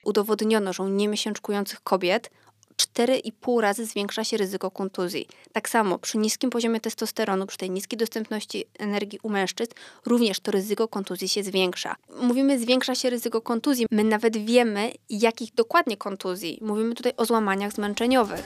udowodniono, że u niemiesięczkujących kobiet 4,5 razy zwiększa się ryzyko kontuzji. Tak samo przy niskim poziomie testosteronu, przy tej niskiej dostępności energii u mężczyzn, również to ryzyko kontuzji się zwiększa. Mówimy, zwiększa się ryzyko kontuzji. My nawet wiemy, jakich dokładnie kontuzji. Mówimy tutaj o złamaniach zmęczeniowych.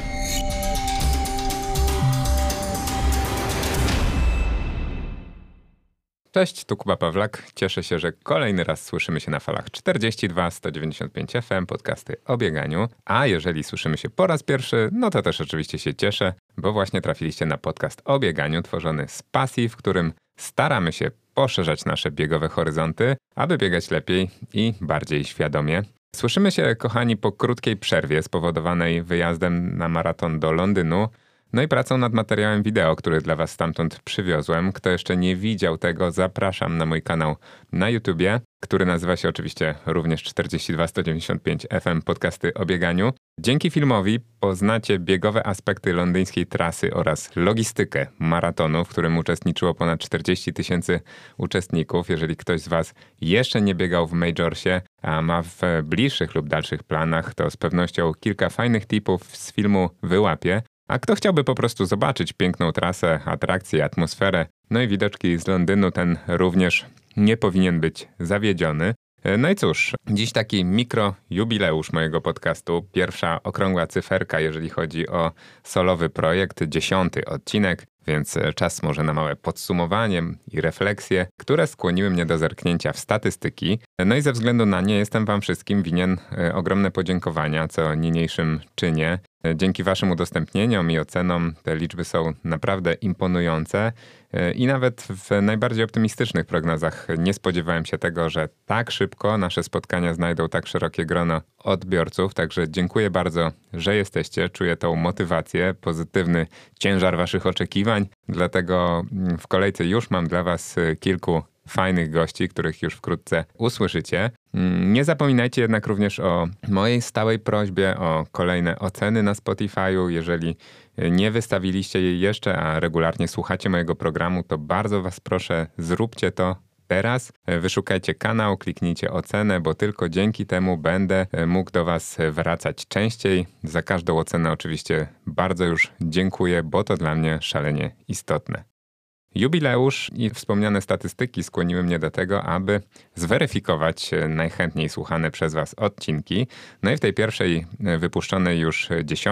Cześć, tu Kuba Pawlak. Cieszę się, że kolejny raz słyszymy się na falach 42, 195 FM, podcasty o bieganiu. A jeżeli słyszymy się po raz pierwszy, no to też oczywiście się cieszę, bo właśnie trafiliście na podcast o bieganiu tworzony z pasji, w którym staramy się poszerzać nasze biegowe horyzonty, aby biegać lepiej i bardziej świadomie. Słyszymy się, kochani, po krótkiej przerwie spowodowanej wyjazdem na maraton do Londynu, no i pracą nad materiałem wideo, który dla was stamtąd przywiozłem. Kto jeszcze nie widział tego, zapraszam na mój kanał na YouTubie, który nazywa się oczywiście również 42 195 FM podcasty o bieganiu. Dzięki filmowi poznacie biegowe aspekty londyńskiej trasy oraz logistykę maratonu, w którym uczestniczyło ponad 40 000 uczestników. Jeżeli ktoś z was jeszcze nie biegał w Majorsie, a ma w bliższych lub dalszych planach, to z pewnością kilka fajnych tipów z filmu wyłapie. A kto chciałby po prostu zobaczyć piękną trasę, atrakcje, atmosferę, no i widoczki z Londynu, ten również nie powinien być zawiedziony. No i cóż, dziś taki mikrojubileusz mojego podcastu. Pierwsza okrągła cyferka, jeżeli chodzi o solowy projekt, 10. odcinek, więc czas może na małe podsumowanie i refleksje, które skłoniły mnie do zerknięcia w statystyki. No i ze względu na nie jestem wam wszystkim winien ogromne podziękowania, co niniejszym czynię. Dzięki waszym udostępnieniom i ocenom te liczby są naprawdę imponujące i nawet w najbardziej optymistycznych prognozach nie spodziewałem się tego, że tak szybko nasze spotkania znajdą tak szerokie grono odbiorców. Także dziękuję bardzo, że jesteście. Czuję tą motywację, pozytywny ciężar waszych oczekiwań. Dlatego w kolejce już mam dla was kilku fajnych gości, których już wkrótce usłyszycie. Nie zapominajcie jednak również o mojej stałej prośbie o kolejne oceny na Spotify'u. Jeżeli nie wystawiliście jej jeszcze, a regularnie słuchacie mojego programu, to bardzo was proszę, zróbcie to teraz. Wyszukajcie kanał, kliknijcie ocenę, bo tylko dzięki temu będę mógł do was wracać częściej. Za każdą ocenę oczywiście bardzo już dziękuję, bo to dla mnie szalenie istotne. Jubileusz i wspomniane statystyki skłoniły mnie do tego, aby zweryfikować najchętniej słuchane przez was odcinki. No i w tej pierwszej wypuszczonej już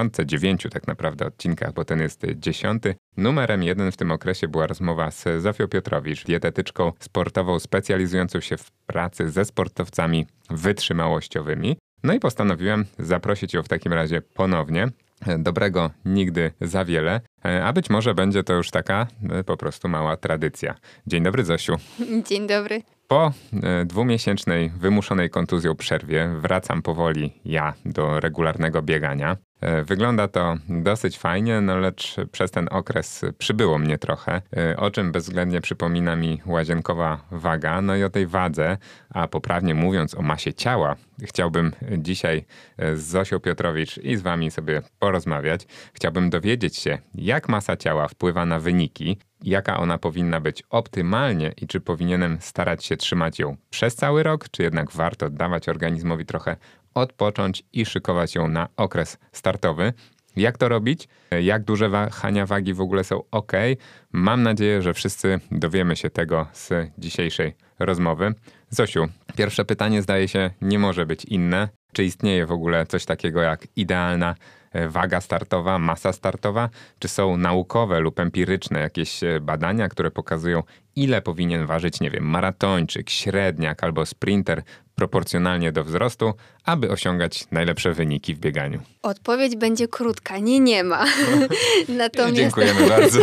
9 tak naprawdę odcinkach, bo ten jest 10. Numerem 1 w tym okresie była rozmowa z Zofią Piotrowicz, dietetyczką sportową specjalizującą się w pracy ze sportowcami wytrzymałościowymi. No i postanowiłem zaprosić ją w takim razie ponownie. Dobrego nigdy za wiele, a być może będzie to już taka po prostu mała tradycja. Dzień dobry, Zosiu. Dzień dobry. Po 2-miesięcznej wymuszonej kontuzją przerwie wracam powoli ja do regularnego biegania. Wygląda to dosyć fajnie, no lecz przez ten okres przybyło mnie trochę, o czym bezwzględnie przypomina mi łazienkowa waga. No i o tej wadze, a poprawnie mówiąc o masie ciała, chciałbym dzisiaj z Zosią Piotrowicz i z wami sobie porozmawiać. Chciałbym dowiedzieć się, jak masa ciała wpływa na wyniki, jaka ona powinna być optymalnie i czy powinienem starać się trzymać ją przez cały rok, czy jednak warto dawać organizmowi trochę odpocząć i szykować ją na okres startowy. Jak to robić? Jak duże wahania wagi w ogóle są ok? Mam nadzieję, że wszyscy dowiemy się tego z dzisiejszej rozmowy. Zosiu, pierwsze pytanie zdaje się nie może być inne. Czy istnieje w ogóle coś takiego jak idealna waga startowa, masa startowa? Czy są naukowe lub empiryczne jakieś badania, które pokazują, ile powinien ważyć, nie wiem, maratończyk, średniak albo sprinter proporcjonalnie do wzrostu, aby osiągać najlepsze wyniki w bieganiu? Odpowiedź będzie krótka. Nie ma. Natomiast... Dziękujemy bardzo.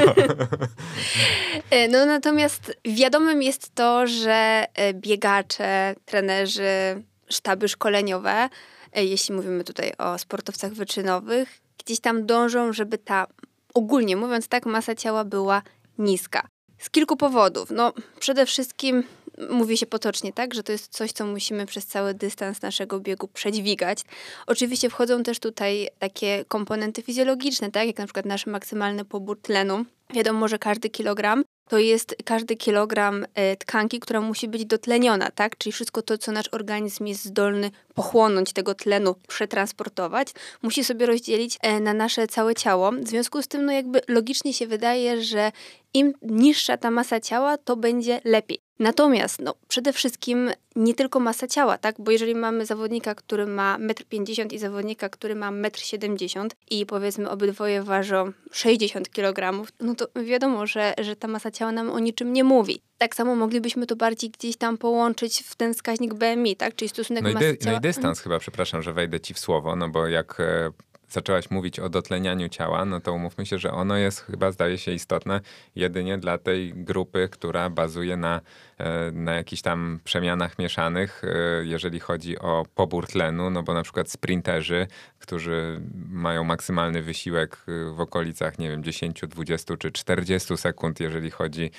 No natomiast wiadomym jest to, że biegacze, trenerzy, sztaby szkoleniowe, jeśli mówimy tutaj o sportowcach wyczynowych, gdzieś tam dążą, żeby ta, ogólnie mówiąc tak, masa ciała była niska. Z kilku powodów. No, przede wszystkim mówi się potocznie, tak, że to jest coś, co musimy przez cały dystans naszego biegu przedźwigać. Oczywiście wchodzą też tutaj takie komponenty fizjologiczne, tak, jak na przykład nasz maksymalny pobór tlenu. Wiadomo, że każdy kilogram to jest każdy kilogram tkanki, która musi być dotleniona, tak? Czyli wszystko to, co nasz organizm jest zdolny pochłonąć tego tlenu, przetransportować, musi sobie rozdzielić na nasze całe ciało. W związku z tym, no jakby logicznie się wydaje, że im niższa ta masa ciała, to będzie lepiej. Natomiast przede wszystkim nie tylko masa ciała, tak? Bo jeżeli mamy zawodnika, który ma 1,50 m i zawodnika, który ma 1,70 m i powiedzmy obydwoje ważą 60 kg, no to wiadomo, że ta masa ciała nam o niczym nie mówi. Tak samo moglibyśmy to bardziej gdzieś tam połączyć w ten wskaźnik BMI, tak? Czyli stosunek masy ciała. No i dystans chyba, przepraszam, że wejdę ci w słowo, no bo jak zaczęłaś mówić o dotlenianiu ciała, no to umówmy się, że ono jest chyba, zdaje się, istotne jedynie dla tej grupy, która bazuje na jakichś tam przemianach mieszanych, jeżeli chodzi o pobór tlenu, no bo na przykład sprinterzy, którzy mają maksymalny wysiłek w okolicach, nie wiem, 10, 20 czy 40 sekund, jeżeli chodzi,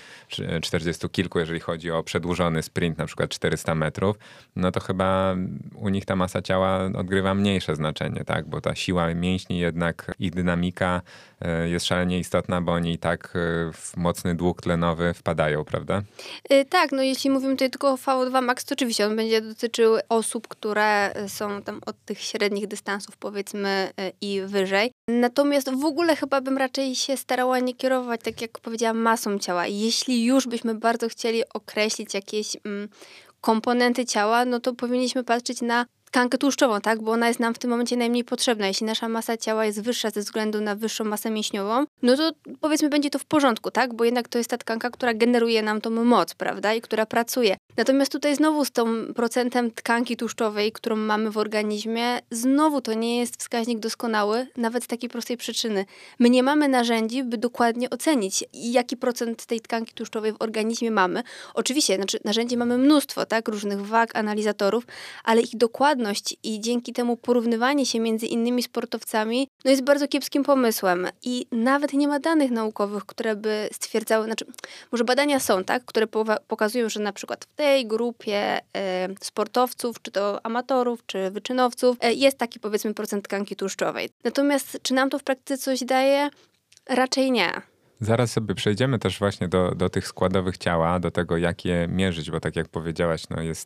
40 kilku, jeżeli chodzi o przedłużony sprint, na przykład 400 metrów, no to chyba u nich ta masa ciała odgrywa mniejsze znaczenie, tak? Bo ta siła mięśni jednak, ich dynamika jest szalenie istotna, bo oni i tak w mocny dług tlenowy wpadają, prawda? Tak, no jeśli mówimy tutaj tylko o VO2 max, to oczywiście on będzie dotyczył osób, które są tam od tych średnich dystansów, powiedzmy, i wyżej. Natomiast w ogóle chyba bym raczej się starała nie kierować, tak jak powiedziałam, masą ciała. Jeśli już byśmy bardzo chcieli określić jakieś komponenty ciała, no to powinniśmy patrzeć na tkankę tłuszczową, tak? Bo ona jest nam w tym momencie najmniej potrzebna. Jeśli nasza masa ciała jest wyższa ze względu na wyższą masę mięśniową, no to powiedzmy będzie to w porządku, tak? Bo jednak to jest ta tkanka, która generuje nam tą moc, prawda? I która pracuje. Natomiast tutaj znowu z tą procentem tkanki tłuszczowej, którą mamy w organizmie, znowu to nie jest wskaźnik doskonały, nawet z takiej prostej przyczyny. My nie mamy narzędzi, by dokładnie ocenić, jaki procent tej tkanki tłuszczowej w organizmie mamy. Oczywiście, narzędzi mamy mnóstwo, tak? Różnych wag, analizatorów, ale ich dokładność i dzięki temu porównywanie się między innymi sportowcami jest bardzo kiepskim pomysłem. I nawet nie ma danych naukowych, które by stwierdzały, może badania są, tak? Które pokazują, że na przykład w tej grupie sportowców, czy to amatorów, czy wyczynowców, jest taki powiedzmy procent tkanki tłuszczowej. Natomiast czy nam to w praktyce coś daje? Raczej nie. Zaraz sobie przejdziemy też właśnie do tych składowych ciała, do tego, jak je mierzyć, bo tak jak powiedziałaś,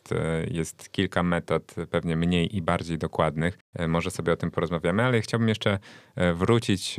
jest kilka metod, pewnie mniej i bardziej dokładnych. Może sobie o tym porozmawiamy, ale chciałbym jeszcze wrócić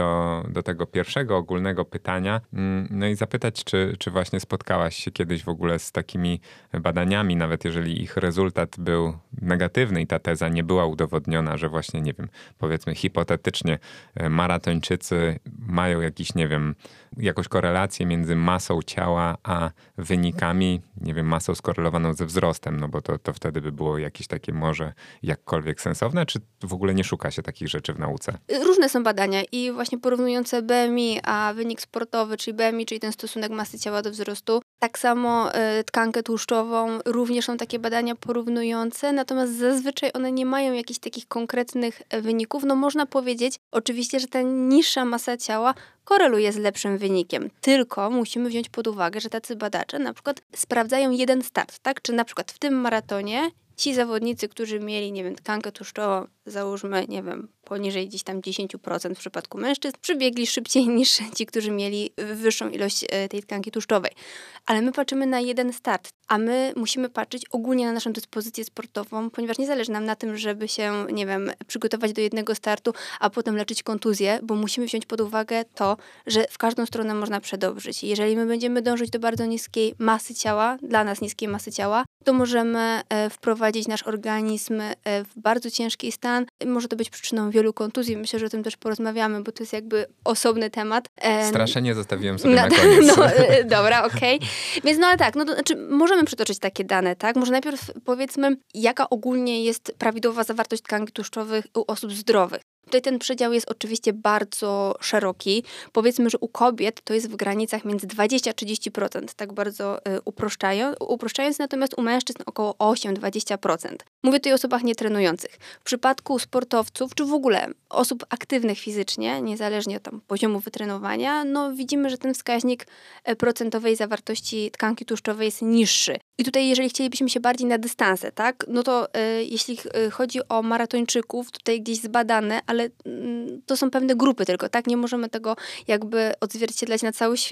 do tego pierwszego ogólnego pytania, no i zapytać, czy właśnie spotkałaś się kiedyś w ogóle z takimi badaniami, nawet jeżeli ich rezultat był negatywny i ta teza nie była udowodniona, że właśnie, nie wiem, powiedzmy hipotetycznie maratończycy mają jakiś, nie wiem, jakąś korelację między masą ciała a wynikami, nie wiem, masą skorelowaną ze wzrostem, no bo to wtedy by było jakieś takie może jakkolwiek sensowne, czy w ogóle nie szuka się takich rzeczy w nauce? Różne są badania i właśnie porównujące BMI a wynik sportowy, czyli BMI, czyli ten stosunek masy ciała do wzrostu. Tak samo tkankę tłuszczową, również są takie badania porównujące, natomiast zazwyczaj one nie mają jakichś takich konkretnych wyników. No można powiedzieć oczywiście, że ta niższa masa ciała koreluje z lepszym wynikiem. Tylko musimy wziąć pod uwagę, że tacy badacze na przykład sprawdzają jeden start, tak? Czy na przykład w tym maratonie ci zawodnicy, którzy mieli, nie wiem, tkankę tłuszczową, załóżmy, nie wiem, poniżej gdzieś tam 10% w przypadku mężczyzn, przybiegli szybciej niż ci, którzy mieli wyższą ilość tej tkanki tłuszczowej. Ale my patrzymy na jeden start, a my musimy patrzeć ogólnie na naszą dyspozycję sportową, ponieważ nie zależy nam na tym, żeby się, nie wiem, przygotować do jednego startu, a potem leczyć kontuzję, bo musimy wziąć pod uwagę to, że w każdą stronę można przedobrzyć. Jeżeli my będziemy dążyć do bardzo niskiej masy ciała, dla nas niskiej masy ciała, to możemy wprowadzić nasz organizm w bardzo ciężki stan. Może to być przyczyną wielu kontuzji. Myślę, że o tym też porozmawiamy, bo to jest jakby osobny temat. Straszenie zostawiłem sobie na koniec. Dobra, okej. Więc ale tak, to znaczy możemy przytoczyć takie dane, tak? Może najpierw powiedzmy, jaka ogólnie jest prawidłowa zawartość tkanki tłuszczowych u osób zdrowych. Tutaj ten przedział jest oczywiście bardzo szeroki. Powiedzmy, że u kobiet to jest w granicach między 20-30%, tak bardzo uproszczając, natomiast u mężczyzn około 8-20%. Mówię tutaj o osobach nietrenujących. W przypadku sportowców, czy w ogóle osób aktywnych fizycznie, niezależnie od tam poziomu wytrenowania, widzimy, że ten wskaźnik procentowej zawartości tkanki tłuszczowej jest niższy. I tutaj, jeżeli chcielibyśmy się bardziej na dystanse, tak, to jeśli chodzi o maratończyków, tutaj gdzieś zbadane, ale to są pewne grupy tylko, tak? Nie możemy tego jakby odzwierciedlać na cały świat,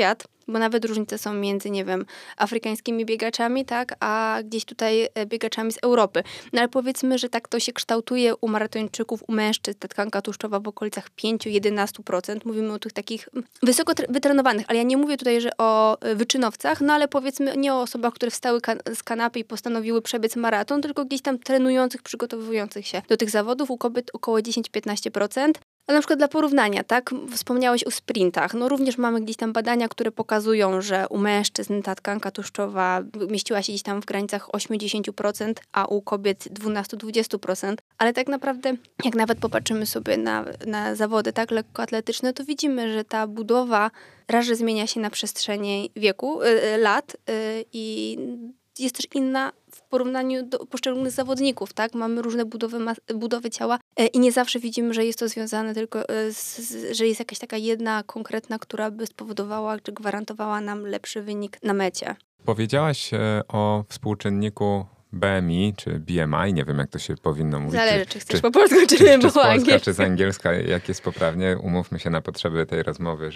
bo nawet różnice są między, nie wiem, afrykańskimi biegaczami, tak, a gdzieś tutaj biegaczami z Europy. No ale powiedzmy, że tak to się kształtuje u maratończyków, u mężczyzn, ta tkanka tłuszczowa w okolicach 5-11%. Mówimy o tych takich wysoko wytrenowanych, ale ja nie mówię tutaj, że o wyczynowcach, no ale powiedzmy nie o osobach, które wstały z kanapy i postanowiły przebiec maraton, tylko gdzieś tam trenujących, przygotowujących się do tych zawodów. U kobiet około 10-15%. A na przykład dla porównania, tak, wspomniałeś o sprintach. No również mamy gdzieś tam badania, które pokazują, że u mężczyzn ta tkanka tłuszczowa mieściła się gdzieś tam w granicach 80%, a u kobiet 12-20%. Ale tak naprawdę, jak nawet popatrzymy sobie na zawody tak lekkoatletyczne, to widzimy, że ta budowa raz, że zmienia się na przestrzeni wieku, lat i jest też inna w porównaniu do poszczególnych zawodników, tak? Mamy różne budowy ciała i nie zawsze widzimy, że jest to związane tylko że jest jakaś taka jedna konkretna, która by spowodowała, czy gwarantowała nam lepszy wynik na mecie. Powiedziałaś o współczynniku BMI, czy BMI, nie wiem jak to się powinno mówić. Zależy, czy chcesz po polsku, czy po angielsku. Czy z angielska, jak jest poprawnie. Umówmy się na potrzeby tej rozmowy,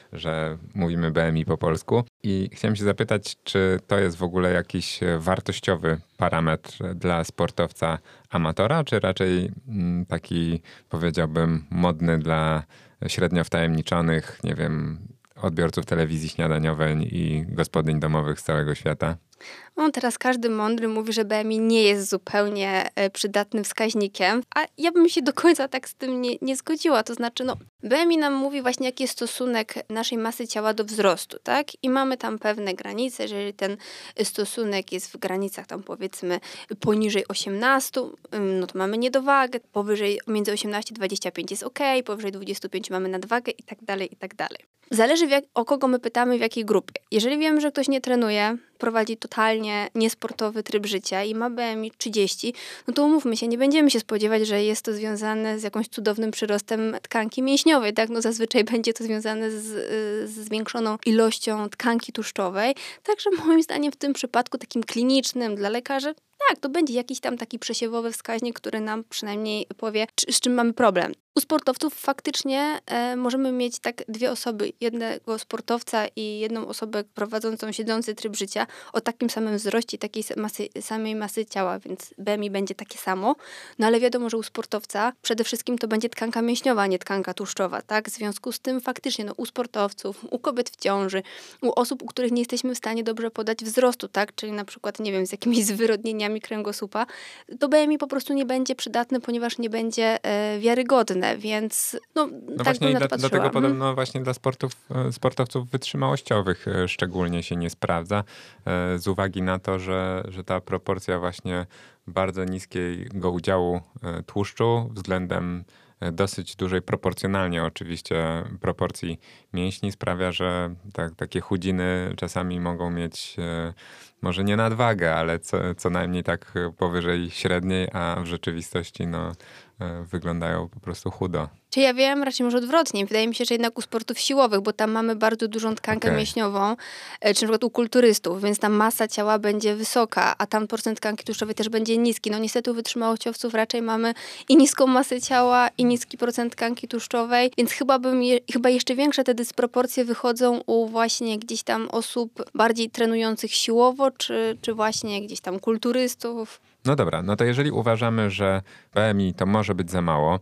że mówimy BMI po polsku. I chciałem się zapytać, czy to jest w ogóle jakiś wartościowy parametr dla sportowca amatora, czy raczej taki, powiedziałbym, modny dla średnio wtajemniczonych, nie wiem, odbiorców telewizji śniadaniowej i gospodyń domowych z całego świata? No, teraz każdy mądry mówi, że BMI nie jest zupełnie przydatnym wskaźnikiem, a ja bym się do końca tak z tym nie zgodziła. To znaczy, no, BMI nam mówi właśnie, jaki jest stosunek naszej masy ciała do wzrostu, tak? I mamy tam pewne granice, jeżeli ten stosunek jest w granicach tam powiedzmy poniżej 18, no to mamy niedowagę, powyżej między 18 a 25 jest ok, powyżej 25 mamy nadwagę i tak dalej, i tak dalej. Zależy o kogo my pytamy, w jakiej grupie. Jeżeli wiemy, że ktoś nie trenuje, prowadzi totalnie niesportowy tryb życia i ma BMI 30, no to umówmy się, nie będziemy się spodziewać, że jest to związane z jakimś cudownym przyrostem tkanki mięśniowej, tak? No zazwyczaj będzie to związane z zwiększoną ilością tkanki tłuszczowej. Także moim zdaniem w tym przypadku takim klinicznym dla lekarzy, tak, to będzie jakiś tam taki przesiewowy wskaźnik, który nam przynajmniej powie, z czym mamy problem. U sportowców faktycznie możemy mieć tak dwie osoby, jednego sportowca i jedną osobę prowadzącą siedzący tryb życia o takim samym wzroście, takiej samej masy ciała, więc BMI będzie takie samo. No ale wiadomo, że u sportowca przede wszystkim to będzie tkanka mięśniowa, nie tkanka tłuszczowa, tak? W związku z tym faktycznie no, u sportowców, u kobiet w ciąży, u osób, u których nie jesteśmy w stanie dobrze podać wzrostu, tak? Czyli na przykład, nie wiem, z jakimiś zwyrodnieniami kręgosłupa, to BMI po prostu nie będzie przydatne, ponieważ nie będzie wiarygodne. Więc no tak właśnie bym na to patrzyła. dlatego podobno właśnie dla sportowców wytrzymałościowych szczególnie się nie sprawdza, z uwagi na to, że ta proporcja właśnie bardzo niskiego udziału tłuszczu względem dosyć dużej proporcjonalnie oczywiście proporcji mięśni sprawia, że takie chudziny czasami mogą mieć może nie nadwagę, ale co najmniej tak powyżej średniej, a w rzeczywistości no, wyglądają po prostu chudo. Czy ja wiem, raczej może odwrotnie. Wydaje mi się, że jednak u sportów siłowych, bo tam mamy bardzo dużą tkankę mięśniową, czy na przykład u kulturystów, więc tam masa ciała będzie wysoka, a tam procent tkanki tłuszczowej też będzie niski. No niestety u wytrzymałościowców raczej mamy i niską masę ciała, i niski procent tkanki tłuszczowej, więc chyba jeszcze większe te dysproporcje wychodzą u właśnie gdzieś tam osób bardziej trenujących siłowo, czy właśnie gdzieś tam kulturystów. No dobra, no to jeżeli uważamy, że BMI to może być za mało,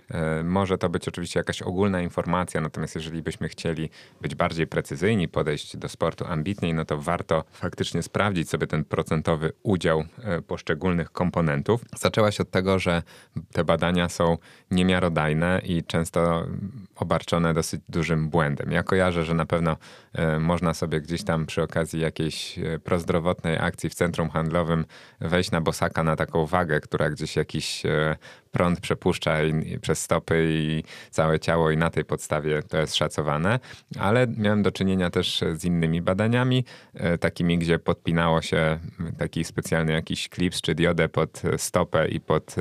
może to być oczywiście jakaś ogólna informacja, natomiast jeżeli byśmy chcieli być bardziej precyzyjni, podejść do sportu ambitniej, no to warto faktycznie sprawdzić sobie ten procentowy udział poszczególnych komponentów. Zaczęłaś od tego, że te badania są niemiarodajne i często obarczone dosyć dużym błędem. Ja kojarzę, że na pewno można sobie gdzieś tam przy okazji jakiejś prozdrowotnej akcji w centrum handlowym wejść na bosaka na taką wagę, która gdzieś jakiś prąd przepuszcza przez stopy i całe ciało i na tej podstawie to jest szacowane, ale miałem do czynienia też z innymi badaniami, takimi, gdzie podpinało się taki specjalny jakiś klips czy diodę pod stopę i pod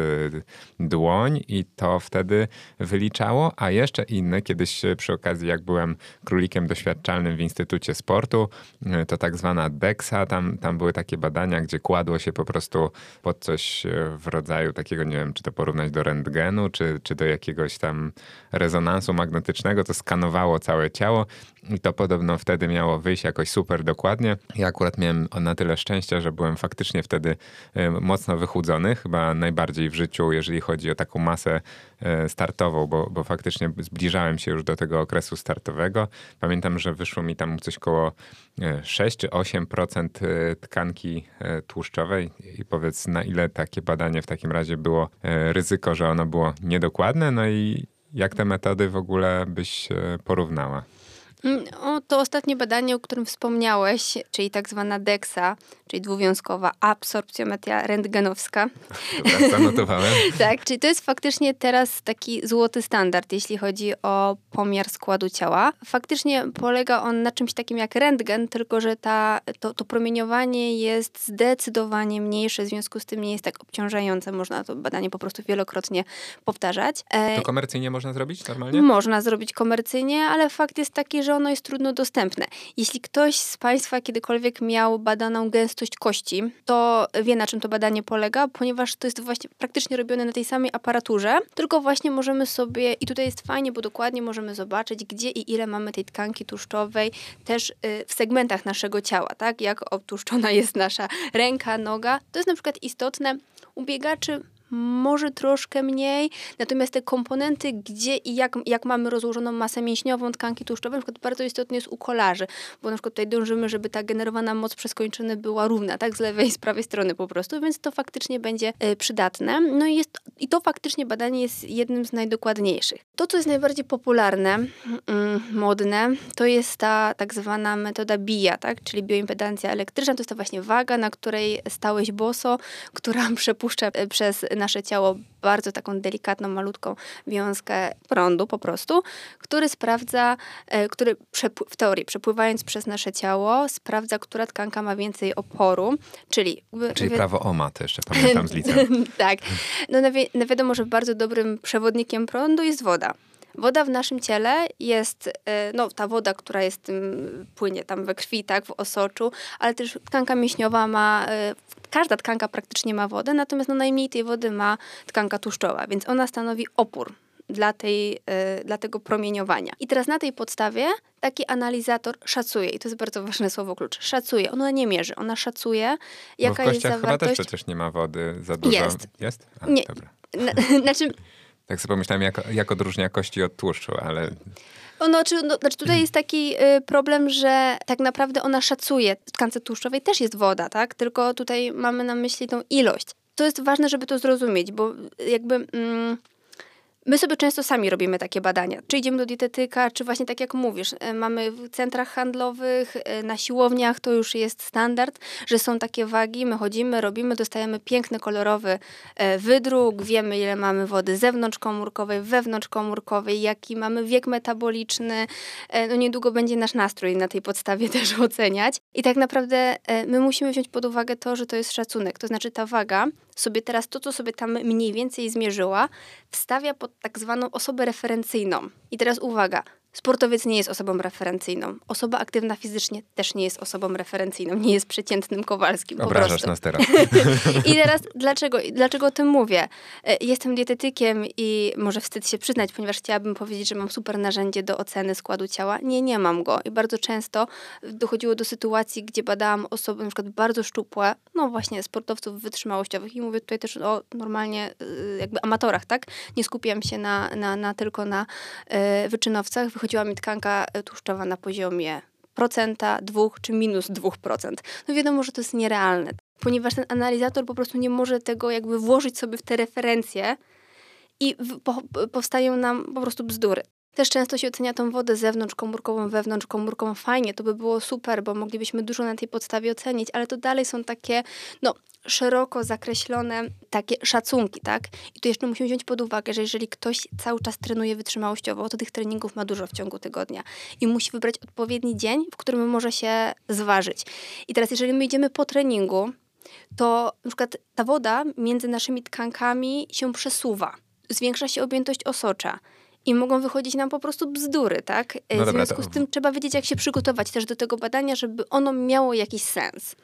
dłoń i to wtedy wyliczało, a jeszcze inne, kiedyś przy okazji jak byłem królikiem doświadczalnym w Instytucie Sportu, to tak zwana DEXA, tam były takie badania, gdzie kładło się po prostu pod coś w rodzaju takiego, nie wiem, czy to porównać do rentgenu, czy do jakiegoś tam rezonansu magnetycznego, to skanowało całe ciało i to podobno wtedy miało wyjść jakoś super dokładnie. Ja akurat miałem na tyle szczęścia, że byłem faktycznie wtedy mocno wychudzony, chyba najbardziej w życiu, jeżeli chodzi o taką masę startową, bo faktycznie zbliżałem się już do tego okresu startowego. Pamiętam, że wyszło mi tam coś koło 6 czy 8% tkanki tłuszczowej i powiedz, na ile takie badanie w takim razie było ryzyko, że ono było niedokładne, no i jak te metody w ogóle byś porównała? To ostatnie badanie, o którym wspomniałeś, czyli tak zwana DEXA, czyli dwuwiązkowa absorpcjometria rentgenowska. Dobra, zanotowałem. Tak, czyli to jest faktycznie teraz taki złoty standard, jeśli chodzi o pomiar składu ciała. Faktycznie polega on na czymś takim jak rentgen, tylko że to promieniowanie jest zdecydowanie mniejsze, w związku z tym nie jest tak obciążające. Można to badanie po prostu wielokrotnie powtarzać. To komercyjnie można zrobić normalnie? Można zrobić komercyjnie, ale fakt jest taki, że ono jest trudno dostępne. Jeśli ktoś z Państwa kiedykolwiek miał badaną gęstość kości, to wie, na czym to badanie polega, ponieważ to jest właśnie praktycznie robione na tej samej aparaturze, tylko właśnie możemy sobie, i tutaj jest fajnie, bo dokładnie możemy zobaczyć, gdzie i ile mamy tej tkanki tłuszczowej też w segmentach naszego ciała, tak? Jak obtłuszczona jest nasza ręka, noga. To jest na przykład istotne u biegaczy, może troszkę mniej, natomiast te komponenty, gdzie i jak mamy rozłożoną masę mięśniową tkanki tłuszczowej, na przykład bardzo istotne jest u kolarzy, bo na przykład tutaj dążymy, żeby ta generowana moc przez kończyny była równa, tak, z lewej i z prawej strony po prostu, więc to faktycznie będzie przydatne. No i to faktycznie badanie jest jednym z najdokładniejszych. To, co jest najbardziej popularne, modne, to jest ta tak zwana metoda BIA, tak, czyli bioimpedancja elektryczna, to jest ta właśnie waga, na której stałeś boso, która przepuszcza przez nasze ciało bardzo taką delikatną, malutką wiązkę prądu po prostu, który sprawdza, w teorii przepływając przez nasze ciało, sprawdza, która tkanka ma więcej oporu, czyli prawo Ohma, to jeszcze pamiętam z liceum. Tak. No wiadomo, że bardzo dobrym przewodnikiem prądu jest woda. Woda w naszym ciele jest, ta woda, która płynie tam we krwi, tak, w osoczu, ale też tkanka mięśniowa każda tkanka praktycznie ma wodę, natomiast najmniej tej wody ma tkanka tłuszczowa, więc ona stanowi opór dla tego promieniowania. I teraz na tej podstawie taki analizator szacuje, i to jest bardzo ważne słowo klucz, szacuje. Ona nie mierzy, ona szacuje, jaka jest zawartość. Chyba też przecież nie ma wody za dużo. Jest? Nie. Dobra. Znaczy... Tak sobie pomyślałem, jak odróżnia kości od tłuszczu, ale... Znaczy tutaj jest taki problem, że tak naprawdę ona szacuje. W tkance tłuszczowej też jest woda, tak? Tylko tutaj mamy na myśli tą ilość. To jest ważne, żeby to zrozumieć, bo jakby... My sobie często sami robimy takie badania. Czy idziemy do dietetyka, czy właśnie tak jak mówisz, mamy w centrach handlowych, na siłowniach to już jest standard, że są takie wagi, my chodzimy, robimy, dostajemy piękny, kolorowy wydruk, wiemy ile mamy wody zewnątrzkomórkowej, wewnątrzkomórkowej, jaki mamy wiek metaboliczny. Niedługo będzie nasz nastrój na tej podstawie też oceniać. I tak naprawdę my musimy wziąć pod uwagę to, że to jest szacunek. To znaczy ta waga sobie teraz to, co sobie tam mniej więcej zmierzyła, wstawia pod tak zwaną osobę referencyjną. I teraz uwaga, sportowiec nie jest osobą referencyjną. Osoba aktywna fizycznie też nie jest osobą referencyjną. Nie jest przeciętnym Kowalskim. Obrażasz nas teraz. I teraz dlaczego o tym mówię? Jestem dietetykiem i może wstyd się przyznać, ponieważ chciałabym powiedzieć, że mam super narzędzie do oceny składu ciała. Nie mam go. I bardzo często dochodziło do sytuacji, gdzie badałam osoby na przykład bardzo szczupłe, właśnie sportowców wytrzymałościowych. I mówię tutaj też o normalnie jakby amatorach, tak? Nie skupiam się tylko na wyczynowcach. Wychodziła mi tkanka tłuszczowa na poziomie procenta, 2 czy minus 2%. Wiadomo, że to jest nierealne, ponieważ ten analizator po prostu nie może tego jakby włożyć sobie w te referencje i powstają nam po prostu bzdury. Też często się ocenia tą wodę zewnątrzkomórkową, wewnątrzkomórkową. Fajnie, to by było super, bo moglibyśmy dużo na tej podstawie ocenić, ale to dalej są takie, szeroko zakreślone takie szacunki, tak? I tu jeszcze musimy wziąć pod uwagę, że jeżeli ktoś cały czas trenuje wytrzymałościowo, to tych treningów ma dużo w ciągu tygodnia i musi wybrać odpowiedni dzień, w którym może się zważyć. I teraz, jeżeli my idziemy po treningu, to na przykład ta woda między naszymi tkankami się przesuwa. Zwiększa się objętość osocza. I mogą wychodzić nam po prostu bzdury, tak? W związku z tym trzeba wiedzieć, jak się przygotować też do tego badania, żeby ono miało jakiś sens.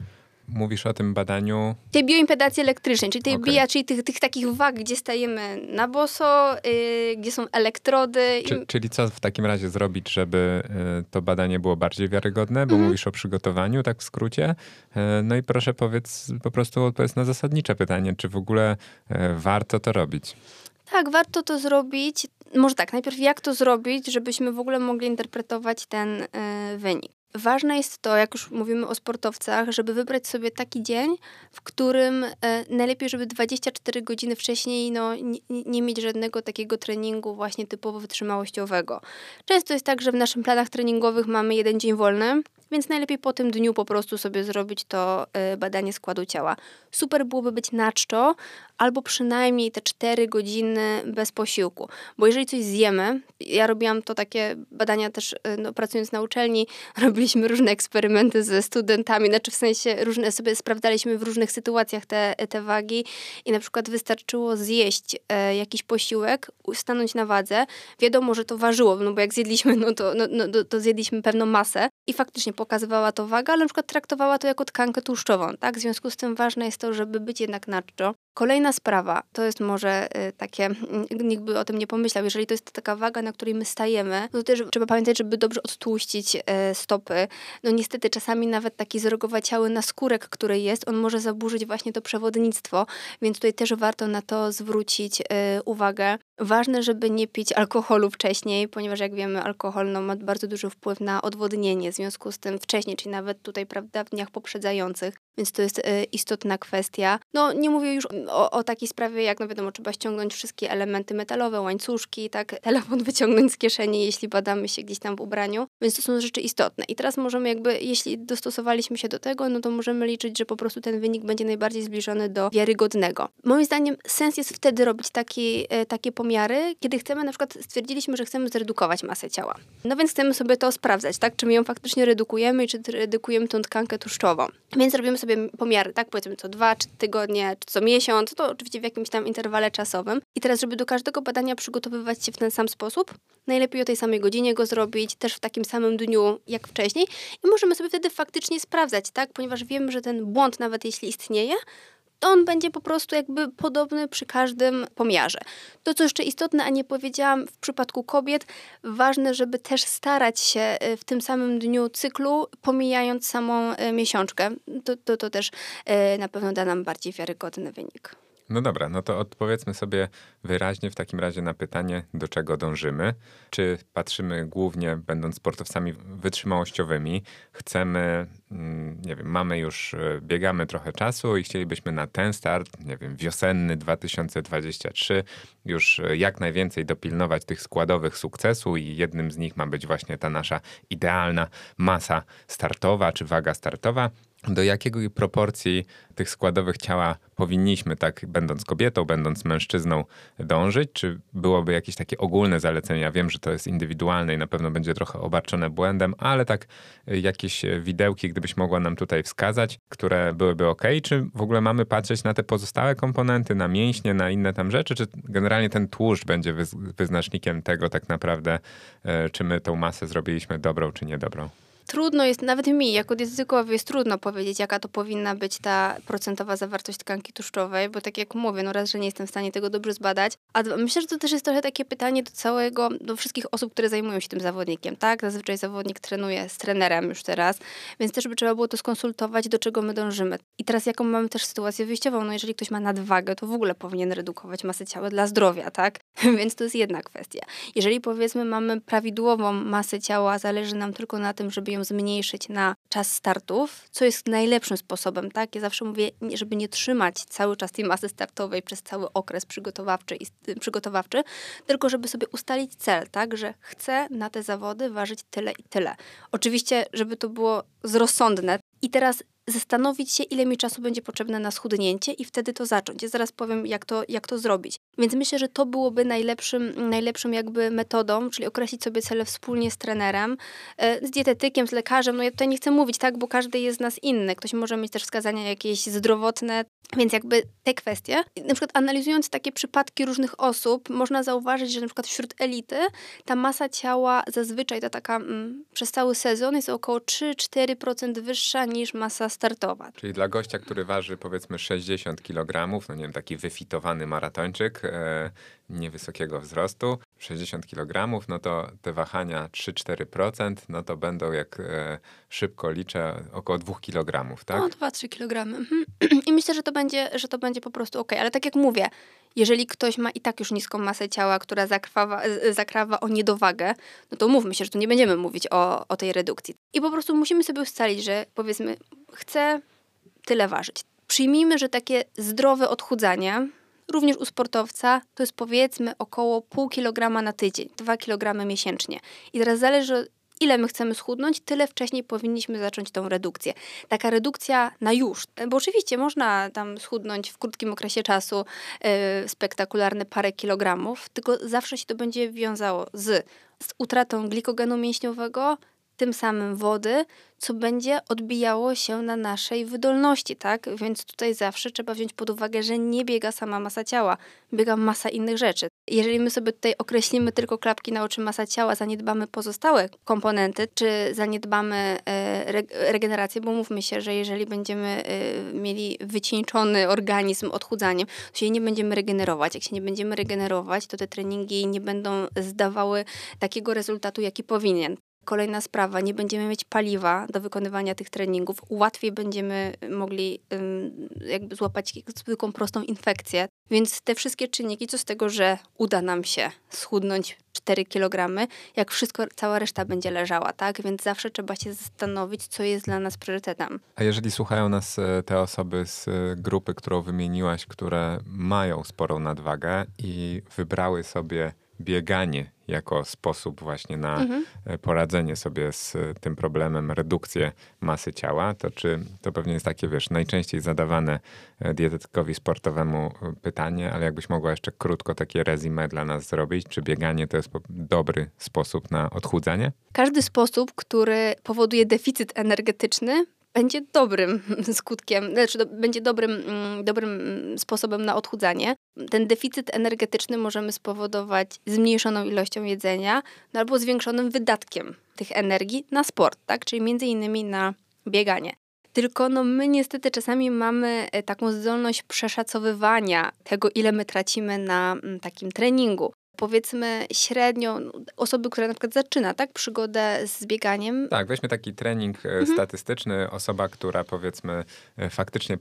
mówisz o tym badaniu... Tej bioimpedacji elektrycznej, czyli Okay. czyli tych takich wag, gdzie stajemy na boso, gdzie są elektrody. Czyli co w takim razie zrobić, żeby to badanie było bardziej wiarygodne? Bo mówisz o przygotowaniu, tak w skrócie. No i proszę odpowiedz na zasadnicze pytanie, czy w ogóle warto to robić? Tak, warto to zrobić. Może tak, najpierw jak to zrobić, żebyśmy w ogóle mogli interpretować ten wynik. Ważne jest to, jak już mówimy o sportowcach, żeby wybrać sobie taki dzień, w którym najlepiej, żeby 24 godziny wcześniej nie mieć żadnego takiego treningu właśnie typowo wytrzymałościowego. Często jest tak, że w naszych planach treningowych mamy jeden dzień wolny, więc najlepiej po tym dniu po prostu sobie zrobić to badanie składu ciała. Super byłoby być na czczo, albo przynajmniej te 4 godziny bez posiłku. Bo jeżeli coś zjemy, ja robiłam to takie badania też pracując na uczelni, robiliśmy różne eksperymenty ze studentami, znaczy w sensie różne sobie sprawdzaliśmy w różnych sytuacjach te wagi i na przykład wystarczyło zjeść jakiś posiłek, stanąć na wadze. Wiadomo, że to ważyło, no bo jak zjedliśmy, to zjedliśmy pewną masę i faktycznie pokazywała to waga, ale na przykład traktowała to jako tkankę tłuszczową, tak? W związku z tym ważne jest to, żeby być jednak na czczo. Kolejna sprawa, to jest może takie, nikt by o tym nie pomyślał, jeżeli to jest taka waga, na której my stajemy, to też trzeba pamiętać, żeby dobrze odtłuścić stopy. No niestety czasami nawet taki zrogowaciały naskórek, który jest, on może zaburzyć właśnie to przewodnictwo, więc tutaj też warto na to zwrócić uwagę. Ważne, żeby nie pić alkoholu wcześniej, ponieważ jak wiemy, alkohol ma bardzo duży wpływ na odwodnienie, w związku z tym wcześniej, czyli nawet tutaj, prawda, w dniach poprzedzających, więc to jest istotna kwestia. No nie mówię już o takiej sprawie, jak wiadomo, trzeba ściągnąć wszystkie elementy metalowe, łańcuszki, tak, telefon wyciągnąć z kieszeni, jeśli badamy się gdzieś tam w ubraniu, więc to są rzeczy istotne. I teraz możemy jeśli dostosowaliśmy się do tego, no to możemy liczyć, że po prostu ten wynik będzie najbardziej zbliżony do wiarygodnego. Moim zdaniem sens jest wtedy robić takie pomiary, kiedy chcemy, na przykład stwierdziliśmy, że chcemy zredukować masę ciała. No więc chcemy sobie to sprawdzać, tak, czy my ją faktycznie redukujemy i czy redukujemy tą tkankę tłuszczową. Więc robimy sobie pomiary, tak, powiedzmy co 2 tygodnie, czy co miesiąc, to oczywiście w jakimś tam interwale czasowym. I teraz, żeby do każdego badania przygotowywać się w ten sam sposób, najlepiej o tej samej godzinie go zrobić, też w takim samym dniu jak wcześniej i możemy sobie wtedy faktycznie sprawdzać, tak, ponieważ wiemy, że ten błąd, nawet jeśli istnieje, to on będzie po prostu jakby podobny przy każdym pomiarze. To, co jeszcze istotne, a nie powiedziałam, w przypadku kobiet, ważne, żeby też starać się w tym samym dniu cyklu, pomijając samą miesiączkę. To też na pewno da nam bardziej wiarygodny wynik. No dobra, no to odpowiedzmy sobie wyraźnie w takim razie na pytanie, do czego dążymy. Czy patrzymy głównie, będąc sportowcami wytrzymałościowymi, chcemy, nie wiem, biegamy trochę czasu i chcielibyśmy na ten start, nie wiem, wiosenny 2023 już jak najwięcej dopilnować tych składowych sukcesu i jednym z nich ma być właśnie ta nasza idealna masa startowa czy waga startowa. Do jakiej proporcji tych składowych ciała powinniśmy, tak będąc kobietą, będąc mężczyzną, dążyć? Czy byłoby jakieś takie ogólne zalecenie? Ja wiem, że to jest indywidualne i na pewno będzie trochę obarczone błędem, ale tak jakieś widełki, gdybyś mogła nam tutaj wskazać, które byłyby okej? Czy w ogóle mamy patrzeć na te pozostałe komponenty, na mięśnie, na inne tam rzeczy? Czy generalnie ten tłuszcz będzie wyznacznikiem tego tak naprawdę, czy my tą masę zrobiliśmy dobrą, czy niedobrą? Trudno jest, nawet mi jako dietetykowi jest trudno powiedzieć, jaka to powinna być ta procentowa zawartość tkanki tłuszczowej, bo tak jak mówię, raz, że nie jestem w stanie tego dobrze zbadać, a myślę, że to też jest trochę takie pytanie do wszystkich osób, które zajmują się tym zawodnikiem, tak? Zazwyczaj zawodnik trenuje z trenerem już teraz, więc też by trzeba było to skonsultować, do czego my dążymy. I teraz jaką mamy też sytuację wyjściową, no jeżeli ktoś ma nadwagę, to w ogóle powinien redukować masę ciała dla zdrowia, tak? Więc to jest jedna kwestia. Jeżeli powiedzmy mamy prawidłową masę ciała, zależy nam tylko na tym, żeby ją zmniejszyć na czas startów, co jest najlepszym sposobem, tak? Ja zawsze mówię, żeby nie trzymać cały czas tej masy startowej przez cały okres przygotowawczy, tylko żeby sobie ustalić cel, tak? Że chcę na te zawody ważyć tyle i tyle. Oczywiście, żeby to było rozsądne. I teraz zastanowić się, ile mi czasu będzie potrzebne na schudnięcie i wtedy to zacząć. Ja zaraz powiem, jak to zrobić. Więc myślę, że to byłoby najlepszym jakby metodą, czyli określić sobie cele wspólnie z trenerem, z dietetykiem, z lekarzem. No ja tutaj nie chcę mówić, tak, bo każdy jest z nas inny. Ktoś może mieć też wskazania jakieś zdrowotne, więc jakby te kwestie. Na przykład analizując takie przypadki różnych osób, można zauważyć, że na przykład wśród elity ta masa ciała zazwyczaj ta taka przez cały sezon jest około 3-4% wyższa niż masa startowa. Czyli dla gościa, który waży powiedzmy 60 kg, no nie wiem, taki wyfitowany maratończyk, niewysokiego wzrostu, 60 kg, no to te wahania 3-4%, no to będą, jak szybko liczę, około 2 kg, tak? No, 2-3 kg. I myślę, że to będzie po prostu okej. Ale tak jak mówię, jeżeli ktoś ma i tak już niską masę ciała, która zakrawa o niedowagę, no to mówmy się, że tu nie będziemy mówić o tej redukcji. I po prostu musimy sobie ustalić, że powiedzmy, chcę tyle ważyć. Przyjmijmy, że takie zdrowe odchudzanie, również u sportowca, to jest powiedzmy około 0,5 kg na tydzień, 2 kg miesięcznie. I teraz zależy, ile my chcemy schudnąć, tyle wcześniej powinniśmy zacząć tą redukcję. Taka redukcja na już, bo oczywiście można tam schudnąć w krótkim okresie czasu spektakularne parę kilogramów, tylko zawsze się to będzie wiązało z utratą glikogenu mięśniowego, tym samym wody, co będzie odbijało się na naszej wydolności, tak? Więc tutaj zawsze trzeba wziąć pod uwagę, że nie biega sama masa ciała, biega masa innych rzeczy. Jeżeli my sobie tutaj określimy tylko klapki na oczy masa ciała, zaniedbamy pozostałe komponenty, czy zaniedbamy regenerację, bo mówmy się, że jeżeli będziemy mieli wycieńczony organizm odchudzaniem, to się nie będziemy regenerować. Jak się nie będziemy regenerować, to te treningi nie będą zdawały takiego rezultatu, jaki powinien. Kolejna sprawa, nie będziemy mieć paliwa do wykonywania tych treningów, łatwiej będziemy mogli jakby złapać zwykłą prostą infekcję. Więc te wszystkie czynniki, co z tego, że uda nam się schudnąć 4 kg, jak wszystko, cała reszta będzie leżała, tak? Więc zawsze trzeba się zastanowić, co jest dla nas priorytetem. A jeżeli słuchają nas te osoby z grupy, którą wymieniłaś, które mają sporą nadwagę i wybrały sobie bieganie jako sposób właśnie na poradzenie sobie z tym problemem, redukcję masy ciała, to czy to pewnie jest takie, wiesz, najczęściej zadawane dietetykowi sportowemu pytanie, ale jakbyś mogła jeszcze krótko takie resume dla nas zrobić, czy bieganie to jest dobry sposób na odchudzanie? Każdy sposób, który powoduje deficyt energetyczny, będzie dobrym skutkiem, znaczy będzie dobrym sposobem na odchudzanie. Ten deficyt energetyczny możemy spowodować zmniejszoną ilością jedzenia, no albo zwiększonym wydatkiem tych energii na sport, tak? Czyli między innymi na bieganie. Tylko my niestety czasami mamy taką zdolność przeszacowywania tego, ile my tracimy na takim treningu. Powiedzmy średnio osoby, która na przykład zaczyna przygodę z bieganiem. Tak, weźmy taki trening statystyczny. Osoba, która powiedzmy faktycznie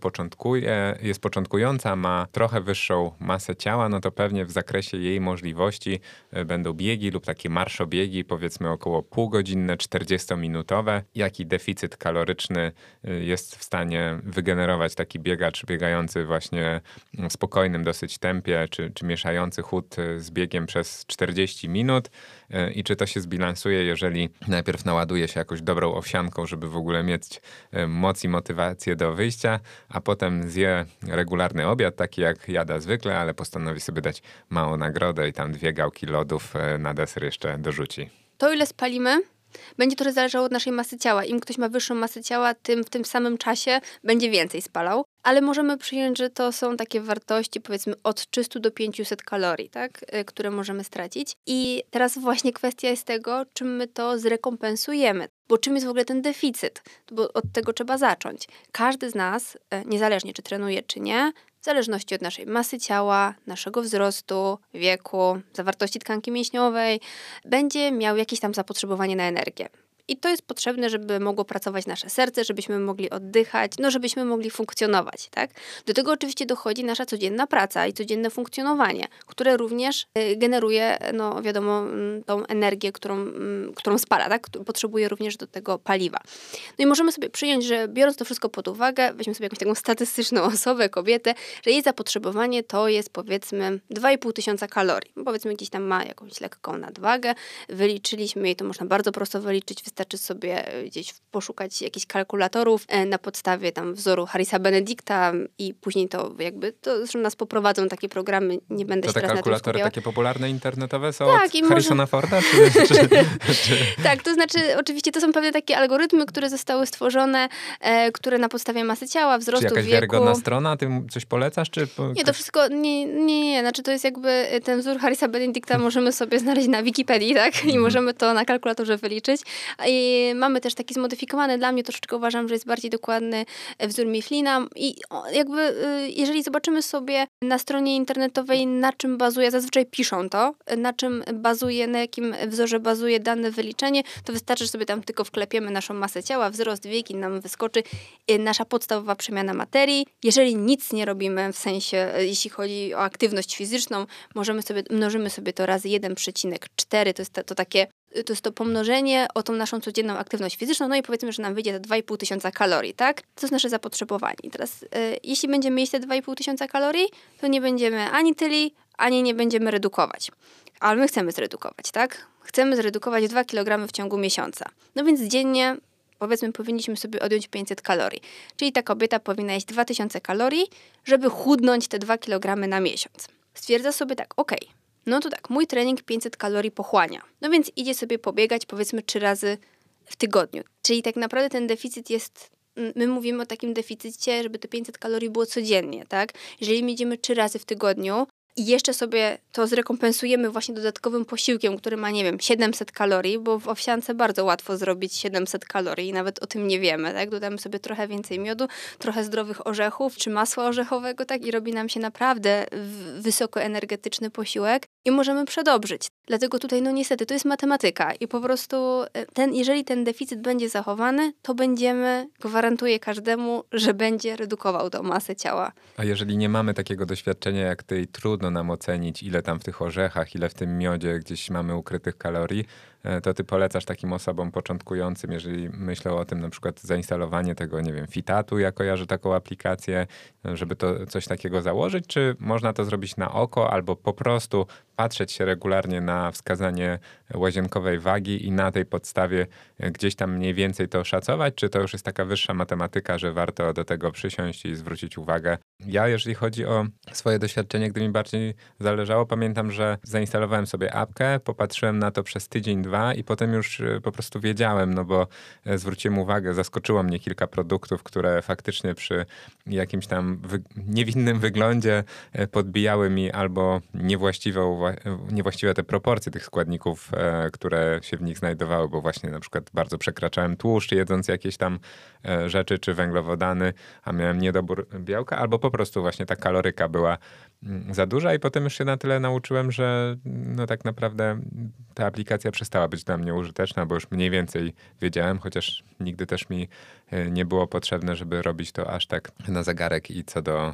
jest początkująca, ma trochę wyższą masę ciała, no to pewnie w zakresie jej możliwości będą biegi lub takie marszobiegi, powiedzmy około półgodzinne, 40-minutowe. Jaki deficyt kaloryczny jest w stanie wygenerować taki biegacz biegający właśnie w spokojnym dosyć tempie, czy mieszający chód z biegiem przez 40 minut i czy to się zbilansuje, jeżeli najpierw naładuje się jakąś dobrą owsianką, żeby w ogóle mieć moc i motywację do wyjścia, a potem zje regularny obiad, taki jak jada zwykle, ale postanowi sobie dać małą nagrodę i tam 2 gałki lodów na deser jeszcze dorzuci. To ile spalimy, będzie to zależało od naszej masy ciała. Im ktoś ma wyższą masę ciała, tym w tym samym czasie będzie więcej spalał. Ale możemy przyjąć, że to są takie wartości powiedzmy od 300 do 500 kalorii, tak? Które możemy stracić. I teraz właśnie kwestia jest tego, czym my to zrekompensujemy. Bo czym jest w ogóle ten deficyt? Bo od tego trzeba zacząć. Każdy z nas, niezależnie czy trenuje, czy nie, w zależności od naszej masy ciała, naszego wzrostu, wieku, zawartości tkanki mięśniowej, będzie miał jakieś tam zapotrzebowanie na energię. I to jest potrzebne, żeby mogło pracować nasze serce, żebyśmy mogli oddychać, żebyśmy mogli funkcjonować, tak? Do tego oczywiście dochodzi nasza codzienna praca i codzienne funkcjonowanie, które również generuje, wiadomo, tą energię, którą spala, tak? Potrzebuje również do tego paliwa. No i możemy sobie przyjąć, że biorąc to wszystko pod uwagę, weźmy sobie jakąś taką statystyczną osobę, kobietę, że jej zapotrzebowanie to jest powiedzmy 2500 kalorii. Powiedzmy gdzieś tam ma jakąś lekką nadwagę, wyliczyliśmy jej, to można bardzo prosto wyliczyć, wystarczy sobie gdzieś poszukać jakichś kalkulatorów na podstawie tam wzoru Harrisa Benedicta i później to zresztą nas poprowadzą takie programy, nie będę to się teraz na tym skupiała. To te kalkulatory takie popularne internetowe są tak, od Harrisona Forda? Tak, to znaczy oczywiście to są pewne takie algorytmy, które zostały stworzone, które na podstawie masy ciała, wzrostu, wieku. Czy jakaś wiarygodna strona? Ty coś polecasz? Nie, to wszystko, nie. Znaczy to jest jakby ten wzór Harrisa Benedicta możemy sobie znaleźć na Wikipedii, tak? I możemy to na kalkulatorze wyliczyć. mamy też taki zmodyfikowany, dla mnie troszeczkę uważam, że jest bardziej dokładny wzór Mifflina i jakby jeżeli zobaczymy sobie na stronie internetowej, na czym bazuje, zazwyczaj piszą to, na czym bazuje, na jakim wzorze bazuje dane wyliczenie, to wystarczy, że sobie tam tylko wklepiemy naszą masę ciała, wzrost, wiek i nam wyskoczy nasza podstawowa przemiana materii. Jeżeli nic nie robimy, w sensie jeśli chodzi o aktywność fizyczną, mnożymy sobie to razy 1,4, to jest to pomnożenie o tą naszą codzienną aktywność fizyczną, no i powiedzmy, że nam wyjdzie te 2500 kalorii, tak? To jest nasze zapotrzebowanie. Teraz jeśli będziemy mieć te 2500 kalorii, to nie będziemy ani tyli, ani nie będziemy redukować. Ale my chcemy zredukować, tak? Chcemy zredukować 2 kg w ciągu miesiąca. No więc dziennie, powiedzmy, powinniśmy sobie odjąć 500 kalorii. Czyli ta kobieta powinna jeść 2000 kalorii, żeby chudnąć te 2 kg na miesiąc. Stwierdza sobie tak, no to tak, mój trening 500 kalorii pochłania. No więc idzie sobie pobiegać, powiedzmy, 3 razy w tygodniu. Czyli tak naprawdę ten deficyt jest, my mówimy o takim deficycie, żeby te 500 kalorii było codziennie, tak? Jeżeli my idziemy 3 razy w tygodniu i jeszcze sobie to zrekompensujemy właśnie dodatkowym posiłkiem, który ma, 700 kalorii, bo w owsiance bardzo łatwo zrobić 700 kalorii i nawet o tym nie wiemy, tak? Dodamy sobie trochę więcej miodu, trochę zdrowych orzechów czy masła orzechowego, tak? I robi nam się naprawdę wysokoenergetyczny posiłek i możemy przedobrzyć. Dlatego tutaj, niestety, to jest matematyka i po prostu jeżeli ten deficyt będzie zachowany, to gwarantuję każdemu, że będzie redukował tą masę ciała. A jeżeli nie mamy takiego doświadczenia jak ty, trudno nam ocenić, ile tam w tych orzechach, ile w tym miodzie gdzieś mamy ukrytych kalorii, to ty polecasz takim osobom początkującym, jeżeli myślą o tym na przykład zainstalowanie tego, Fitatu, ja kojarzę taką aplikację, żeby to coś takiego założyć, czy można to zrobić na oko albo po prostu patrzeć się regularnie na wskazanie łazienkowej wagi i na tej podstawie gdzieś tam mniej więcej to szacować, czy to już jest taka wyższa matematyka, że warto do tego przysiąść i zwrócić uwagę? Ja, jeżeli chodzi o swoje doświadczenie, gdy mi bardziej zależało, pamiętam, że zainstalowałem sobie apkę, popatrzyłem na to przez tydzień, 2 i potem już po prostu wiedziałem, no bo zwróciłem uwagę, zaskoczyło mnie kilka produktów, które faktycznie przy jakimś tam niewinnym wyglądzie podbijały mi albo niewłaściwe te proporcje tych składników, które się w nich znajdowały, bo właśnie na przykład bardzo przekraczałem tłuszcz, jedząc jakieś tam rzeczy czy węglowodany, a miałem niedobór białka, albo po prostu właśnie ta kaloryka była za duża i potem już się na tyle nauczyłem, że tak naprawdę ta aplikacja przestała być dla mnie użyteczna, bo już mniej więcej wiedziałem, chociaż nigdy też mi nie było potrzebne, żeby robić to aż tak na zegarek i co do,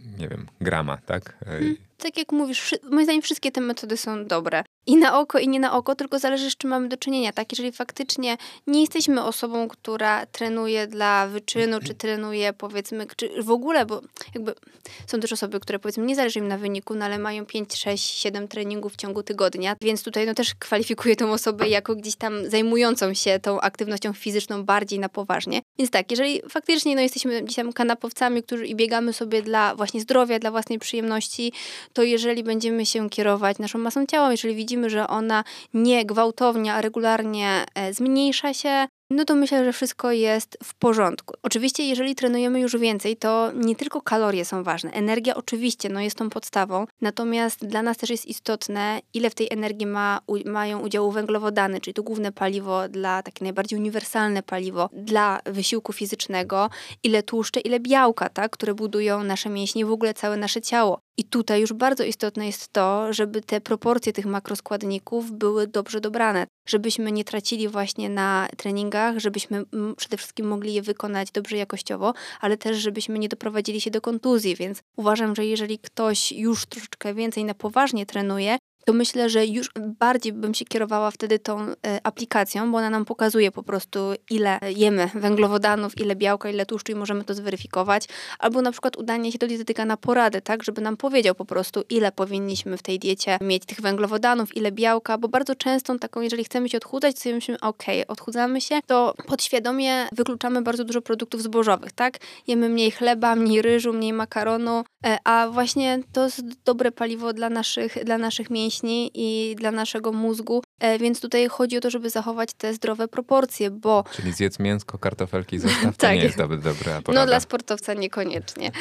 grama, tak? Tak jak mówisz, moim zdaniem wszystkie te metody są dobre. I na oko, i nie na oko, tylko zależy, z czym mamy do czynienia, tak? Jeżeli faktycznie nie jesteśmy osobą, która trenuje dla wyczynu, czy trenuje, powiedzmy, czy w ogóle, bo jakby są też osoby, które, powiedzmy, nie zależy im na wyniku, no ale mają 5, 6, 7 treningów w ciągu tygodnia, więc tutaj też kwalifikuję tą osobę jako gdzieś tam zajmującą się tą aktywnością fizyczną bardziej na poważnie. Więc tak, jeżeli faktycznie jesteśmy gdzieś tam kanapowcami, i biegamy sobie dla właśnie zdrowia, dla własnej przyjemności, to jeżeli będziemy się kierować naszą masą ciała, jeżeli widzimy, że ona nie gwałtownie, a regularnie zmniejsza się, no to myślę, że wszystko jest w porządku. Oczywiście, jeżeli trenujemy już więcej, to nie tylko kalorie są ważne. Energia oczywiście jest tą podstawą, natomiast dla nas też jest istotne, ile w tej energii mają udziału węglowodany, czyli to główne paliwo, takie najbardziej uniwersalne paliwo dla wysiłku fizycznego, ile tłuszcze, ile białka, tak, które budują nasze mięśnie, w ogóle całe nasze ciało. I tutaj już bardzo istotne jest to, żeby te proporcje tych makroskładników były dobrze dobrane, żebyśmy nie tracili właśnie na treningach, żebyśmy przede wszystkim mogli je wykonać dobrze jakościowo, ale też żebyśmy nie doprowadzili się do kontuzji, więc uważam, że jeżeli ktoś już troszeczkę więcej na poważnie trenuje, to myślę, że już bardziej bym się kierowała wtedy tą aplikacją, bo ona nam pokazuje po prostu, ile jemy węglowodanów, ile białka, ile tłuszczu i możemy to zweryfikować. Albo na przykład udanie się do dietetyka na poradę, tak, żeby nam powiedział po prostu, ile powinniśmy w tej diecie mieć tych węglowodanów, ile białka, bo bardzo często jeżeli chcemy się odchudzać, to sobie myślimy, odchudzamy się, to podświadomie wykluczamy bardzo dużo produktów zbożowych, tak? Jemy mniej chleba, mniej ryżu, mniej makaronu, a właśnie to jest dobre paliwo dla naszych mięśni, mięśni i dla naszego mózgu, więc tutaj chodzi o to, żeby zachować te zdrowe proporcje, bo... Czyli zjedz mięsko, kartofelki zostaw, to tak. nie jest dobra porada. No dla sportowca niekoniecznie.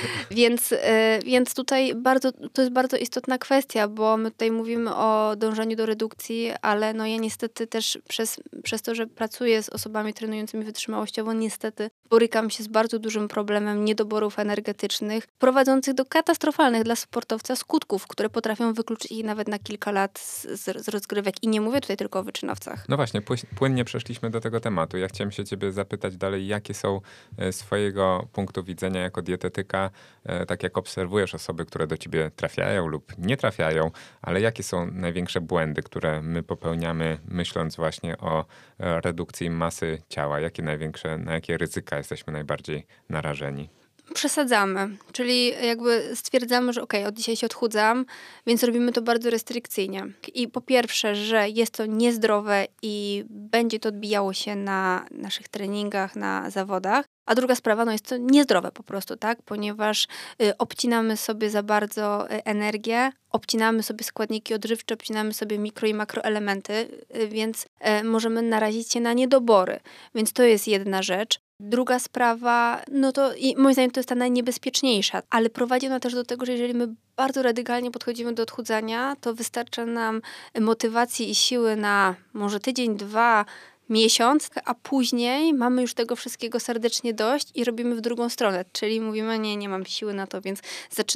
Więc tutaj to jest bardzo istotna kwestia, bo my tutaj mówimy o dążeniu do redukcji, ale no ja niestety też przez to, że pracuję z osobami trenującymi wytrzymałościowo, niestety borykam się z bardzo dużym problemem niedoborów energetycznych, prowadzących do katastrofalnych dla sportowca skutków, które potrafią wykluczyć ich nawet na kilka lat z rozgrywek. I nie mówię tutaj tylko o wyczynowcach. No właśnie, płynnie przeszliśmy do tego tematu. Ja chciałem się ciebie zapytać dalej, jakie są swojego punktu widzenia jako dietetyka, tak jak obserwujesz osoby, które do ciebie trafiają lub nie trafiają, ale jakie są największe błędy, które my popełniamy, myśląc właśnie o redukcji masy ciała? Na jakie ryzyka jesteśmy najbardziej narażeni? Przesadzamy, czyli jakby stwierdzamy, że okej, od dzisiaj się odchudzam, więc robimy to bardzo restrykcyjnie. I po pierwsze, że jest to niezdrowe i będzie to odbijało się na naszych treningach, na zawodach. A druga sprawa, no jest to niezdrowe po prostu, tak? Ponieważ obcinamy sobie za bardzo energię, obcinamy sobie składniki odżywcze, obcinamy sobie mikro i makroelementy, więc możemy narazić się na niedobory. Więc to jest jedna rzecz. Druga sprawa, no to i moim zdaniem to jest ta najniebezpieczniejsza, ale prowadzi ona też do tego, że jeżeli my bardzo radykalnie podchodzimy do odchudzania, to wystarcza nam motywacji i siły na może tydzień, 2, miesiąc, a później mamy już tego wszystkiego serdecznie dość i robimy w drugą stronę. Czyli mówimy, nie mam siły na to, więc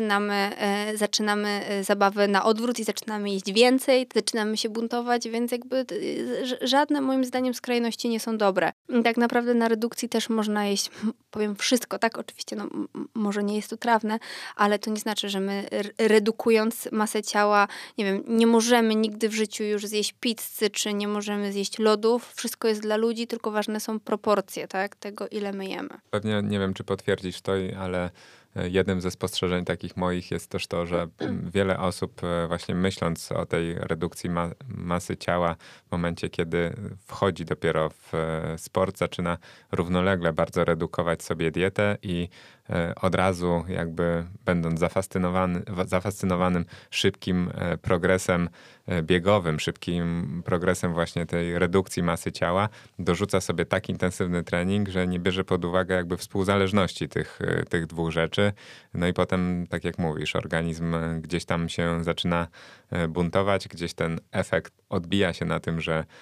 zaczynamy zabawę na odwrót i zaczynamy jeść więcej, zaczynamy się buntować, więc jakby żadne moim zdaniem skrajności nie są dobre. Tak naprawdę na redukcji też można jeść, powiem wszystko, tak? Oczywiście no, może nie jest to trawne, ale to nie znaczy, że my redukując masę ciała, nie wiem, nie możemy nigdy w życiu już zjeść pizzy, czy nie możemy zjeść lodów. Wszystko jest dla ludzi, tylko ważne są proporcje, tak? Tego, ile my jemy. Pewnie nie wiem, czy potwierdzisz to, ale jednym ze spostrzeżeń takich moich jest też to, że wiele osób właśnie myśląc o tej redukcji masy ciała w momencie, kiedy wchodzi dopiero w sport, zaczyna równolegle bardzo redukować sobie dietę i od razu jakby będąc zafascynowanym szybkim progresem biegowym, szybkim progresem właśnie tej redukcji masy ciała, dorzuca sobie tak intensywny trening, że nie bierze pod uwagę jakby współzależności tych dwóch rzeczy. No i potem, tak jak mówisz, organizm gdzieś tam się zaczyna buntować, gdzieś ten efekt odbija się na tym,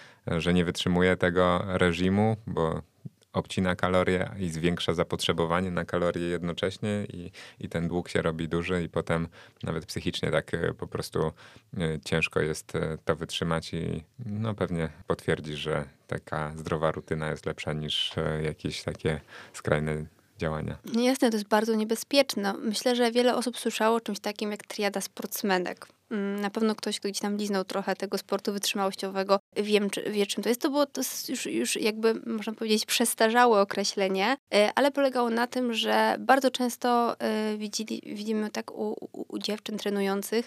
że nie wytrzymuje tego reżimu, bo obcina kalorie i zwiększa zapotrzebowanie na kalorie jednocześnie i ten dług się robi duży i potem nawet psychicznie tak po prostu ciężko jest to wytrzymać i no pewnie potwierdzisz, że taka zdrowa rutyna jest lepsza niż jakieś takie skrajne działania. Jasne, to jest bardzo niebezpieczne. Myślę, że wiele osób słyszało o czymś takim jak triada sportsmenek. Na pewno ktoś, kto gdzieś tam liznął trochę tego sportu wytrzymałościowego, wie czym to jest. To jest już jakby, można powiedzieć, przestarzałe określenie, ale polegało na tym, że bardzo często widzimy tak u dziewczyn trenujących,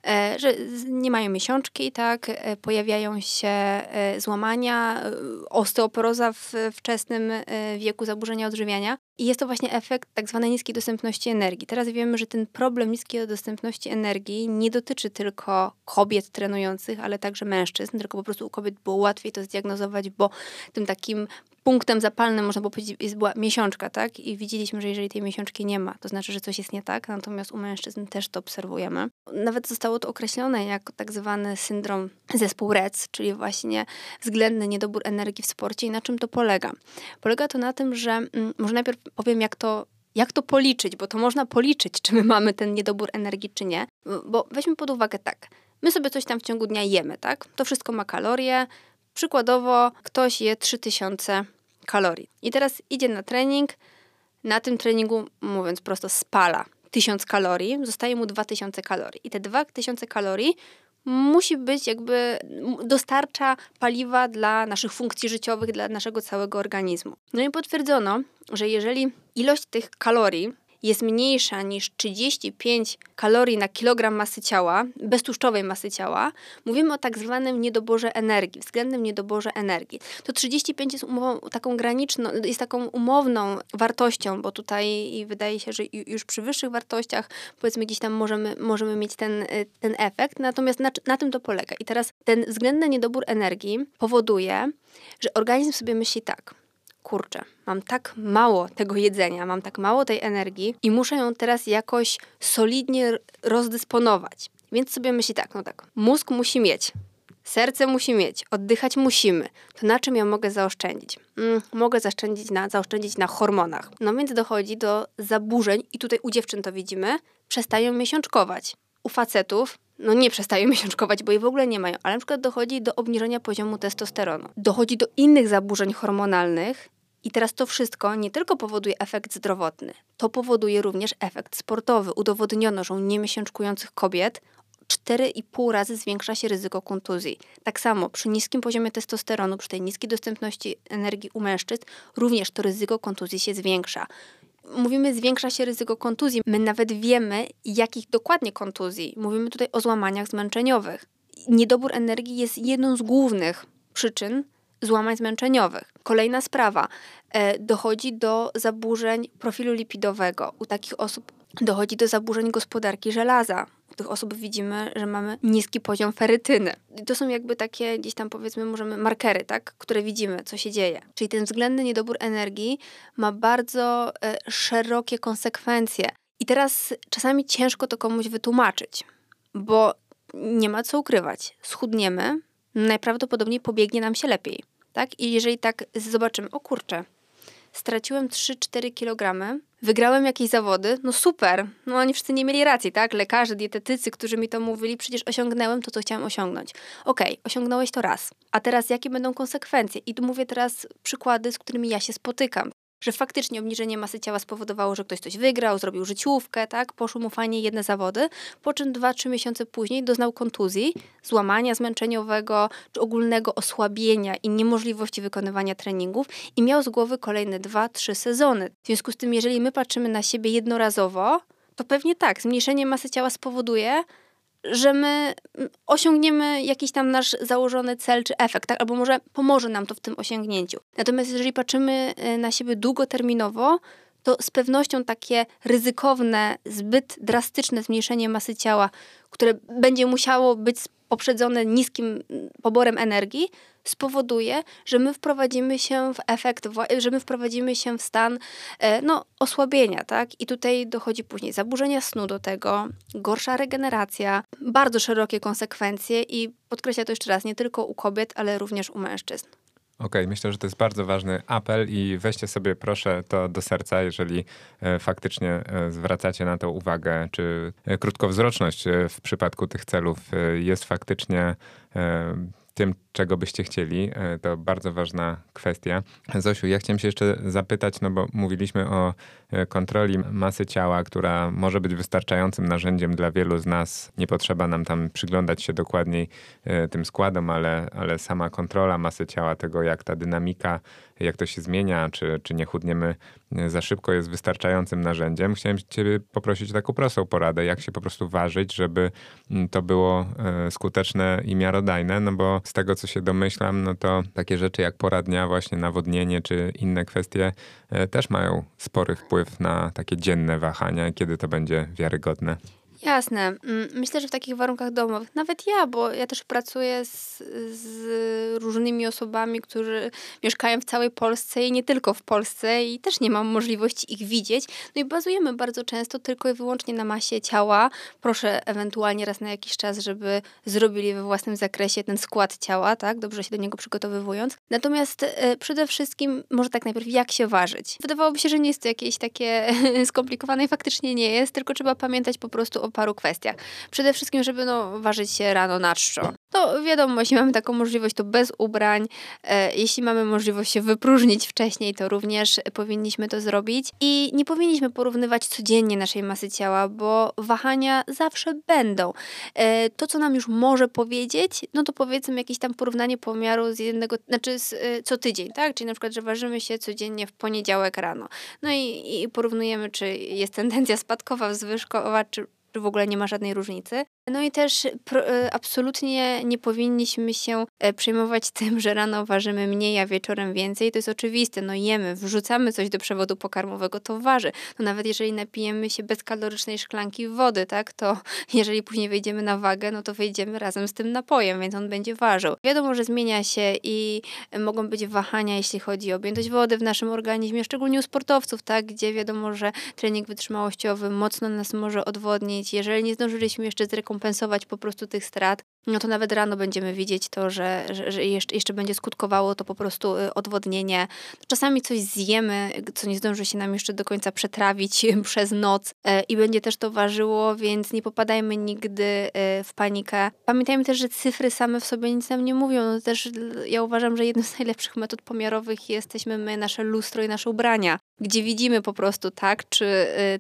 że nie mają miesiączki, tak, pojawiają się złamania, osteoporoza w wczesnym wieku, zaburzenia odżywiania. I jest to właśnie efekt tak zwanej niskiej dostępności energii. Teraz wiemy, że ten problem niskiej dostępności energii nie dotyczy tylko kobiet trenujących, ale także mężczyzn, tylko po prostu u kobiet było łatwiej to zdiagnozować, bo tym takim punktem zapalnym, można było powiedzieć, była miesiączka, tak? I widzieliśmy, że jeżeli tej miesiączki nie ma, to znaczy, że coś jest nie tak, natomiast u mężczyzn też to obserwujemy. Nawet zostało to określone jako tak zwany syndrom zespół REC, czyli właśnie względny niedobór energii w sporcie. I na czym to polega? Polega to na tym, że może najpierw powiem, jak to policzyć, bo to można policzyć, czy my mamy ten niedobór energii, czy nie. Bo weźmy pod uwagę tak, my sobie coś tam w ciągu dnia jemy, tak? To wszystko ma kalorie. Przykładowo ktoś je 3000 kalorii. I teraz idzie na trening, na tym treningu, mówiąc prosto, spala 1000 kalorii, zostaje mu 2000 kalorii. I te 2000 kalorii musi być jakby, dostarcza paliwa dla naszych funkcji życiowych, dla naszego całego organizmu. No i potwierdzono, że jeżeli ilość tych kalorii jest mniejsza niż 35 kalorii na kilogram masy ciała, beztłuszczowej masy ciała, mówimy o tak zwanym niedoborze energii, względnym niedoborze energii. To 35 jest umową taką graniczną, jest taką umowną wartością, bo tutaj wydaje się, że już przy wyższych wartościach powiedzmy gdzieś tam możemy mieć ten efekt, natomiast na tym to polega. I teraz ten względny niedobór energii powoduje, że organizm sobie myśli tak: kurczę, mam tak mało tego jedzenia, mam tak mało tej energii i muszę ją teraz jakoś solidnie rozdysponować. Więc sobie myśli tak, mózg musi mieć, serce musi mieć, oddychać musimy. To na czym ja mogę zaoszczędzić? Mogę zaoszczędzić na hormonach. No więc dochodzi do zaburzeń i tutaj u dziewczyn to widzimy, przestają miesiączkować. U facetów nie przestają miesiączkować, bo jej w ogóle nie mają, ale na przykład dochodzi do obniżenia poziomu testosteronu. Dochodzi do innych zaburzeń hormonalnych i teraz to wszystko nie tylko powoduje efekt zdrowotny, to powoduje również efekt sportowy. Udowodniono, że u niemiesiączkujących kobiet 4,5 razy zwiększa się ryzyko kontuzji. Tak samo przy niskim poziomie testosteronu, przy tej niskiej dostępności energii u mężczyzn, również to ryzyko kontuzji się zwiększa. Mówimy, zwiększa się ryzyko kontuzji. My nawet wiemy, jakich dokładnie kontuzji. Mówimy tutaj o złamaniach zmęczeniowych. Niedobór energii jest jedną z głównych przyczyn złamań zmęczeniowych. Kolejna sprawa. Dochodzi do zaburzeń profilu lipidowego. U takich osób dochodzi do zaburzeń gospodarki żelaza. U tych osób widzimy, że mamy niski poziom ferytyny. I to są jakby takie gdzieś tam powiedzmy możemy markery, tak, które widzimy, co się dzieje. Czyli ten względny niedobór energii ma bardzo szerokie konsekwencje. I teraz czasami ciężko to komuś wytłumaczyć, bo nie ma co ukrywać. Schudniemy, najprawdopodobniej pobiegnie nam się lepiej. Tak? I jeżeli tak zobaczymy, o kurczę, straciłem 3-4 kilogramy, wygrałem jakieś zawody, no super, oni wszyscy nie mieli racji, tak? Lekarze, dietetycy, którzy mi to mówili, przecież osiągnąłem to, co chciałam osiągnąć. Okej, osiągnąłeś to raz. A teraz jakie będą konsekwencje? I tu mówię teraz przykłady, z którymi ja się spotykam. Że faktycznie obniżenie masy ciała spowodowało, że ktoś coś wygrał, zrobił życiówkę, tak? Poszło mu fajnie jedne zawody, po czym 2-3 miesiące później doznał kontuzji, złamania zmęczeniowego, czy ogólnego osłabienia i niemożliwości wykonywania treningów i miał z głowy kolejne 2-3 sezony. W związku z tym, jeżeli my patrzymy na siebie jednorazowo, to pewnie tak, zmniejszenie masy ciała spowoduje, że my osiągniemy jakiś tam nasz założony cel czy efekt, tak? Albo może pomoże nam to w tym osiągnięciu. Natomiast jeżeli patrzymy na siebie długoterminowo, to z pewnością takie ryzykowne, zbyt drastyczne zmniejszenie masy ciała, które będzie musiało być poprzedzone niskim poborem energii, spowoduje, że my wprowadzimy się w efekt, że my wprowadzimy się w stan osłabienia, tak? I tutaj dochodzi później zaburzenia snu do tego, gorsza regeneracja, bardzo szerokie konsekwencje i podkreślę to jeszcze raz, nie tylko u kobiet, ale również u mężczyzn. Okej, myślę, że to jest bardzo ważny apel i weźcie sobie proszę to do serca, jeżeli faktycznie zwracacie na to uwagę, czy krótkowzroczność w przypadku tych celów jest faktycznie tym, czego byście chcieli. To bardzo ważna kwestia. Zosiu, ja chciałem się jeszcze zapytać, bo mówiliśmy o kontroli masy ciała, która może być wystarczającym narzędziem dla wielu z nas. Nie potrzeba nam tam przyglądać się dokładniej tym składom, ale sama kontrola masy ciała, tego jak ta dynamika, jak to się zmienia, czy nie chudniemy za szybko, jest wystarczającym narzędziem. Chciałem ciebie poprosić o taką prostą poradę, jak się po prostu ważyć, żeby to było skuteczne i miarodajne, bo z tego, co się domyślam, to takie rzeczy jak pora dnia, właśnie nawodnienie czy inne kwestie też mają spory wpływ na takie dzienne wahania, kiedy to będzie wiarygodne. Jasne. Myślę, że w takich warunkach domowych, nawet ja, bo ja też pracuję z różnymi osobami, którzy mieszkają w całej Polsce i nie tylko w Polsce i też nie mam możliwości ich widzieć. No i bazujemy bardzo często tylko i wyłącznie na masie ciała. Proszę ewentualnie raz na jakiś czas, żeby zrobili we własnym zakresie ten skład ciała, tak? Dobrze się do niego przygotowywując. Natomiast przede wszystkim, może tak najpierw, jak się ważyć? Wydawałoby się, że nie jest to jakieś takie skomplikowane i faktycznie nie jest, tylko trzeba pamiętać po prostu o paru kwestiach. Przede wszystkim, żeby ważyć się rano na czczo. No wiadomo, jeśli mamy taką możliwość, to bez ubrań. Jeśli mamy możliwość się wypróżnić wcześniej, to również powinniśmy to zrobić. I nie powinniśmy porównywać codziennie naszej masy ciała, bo wahania zawsze będą. To, co nam już może powiedzieć, no to powiedzmy jakieś tam porównanie pomiaru co tydzień, tak? Czyli na przykład, że ważymy się codziennie w poniedziałek rano. No i porównujemy, czy jest tendencja spadkowa, wzwyżkowa, czy w ogóle nie ma żadnej różnicy. No i też absolutnie nie powinniśmy się przejmować tym, że rano ważymy mniej, a wieczorem więcej. To jest oczywiste. No jemy, wrzucamy coś do przewodu pokarmowego, to waży. No nawet jeżeli napijemy się bezkalorycznej szklanki wody, tak, to jeżeli później wejdziemy na wagę, no to wejdziemy razem z tym napojem, więc on będzie ważył. Wiadomo, że zmienia się i mogą być wahania, jeśli chodzi o objętość wody w naszym organizmie, szczególnie u sportowców, tak, gdzie wiadomo, że trening wytrzymałościowy mocno nas może odwodnić. Jeżeli nie zdążyliśmy jeszcze zrekompensować po prostu tych strat, no to nawet rano będziemy widzieć to, że jeszcze będzie skutkowało to po prostu odwodnienie. Czasami coś zjemy, co nie zdąży się nam jeszcze do końca przetrawić przez noc i będzie też to ważyło, więc nie popadajmy nigdy w panikę. Pamiętajmy też, że cyfry same w sobie nic nam nie mówią. No też ja uważam, że jedną z najlepszych metod pomiarowych jesteśmy my, nasze lustro i nasze ubrania, gdzie widzimy po prostu, tak, czy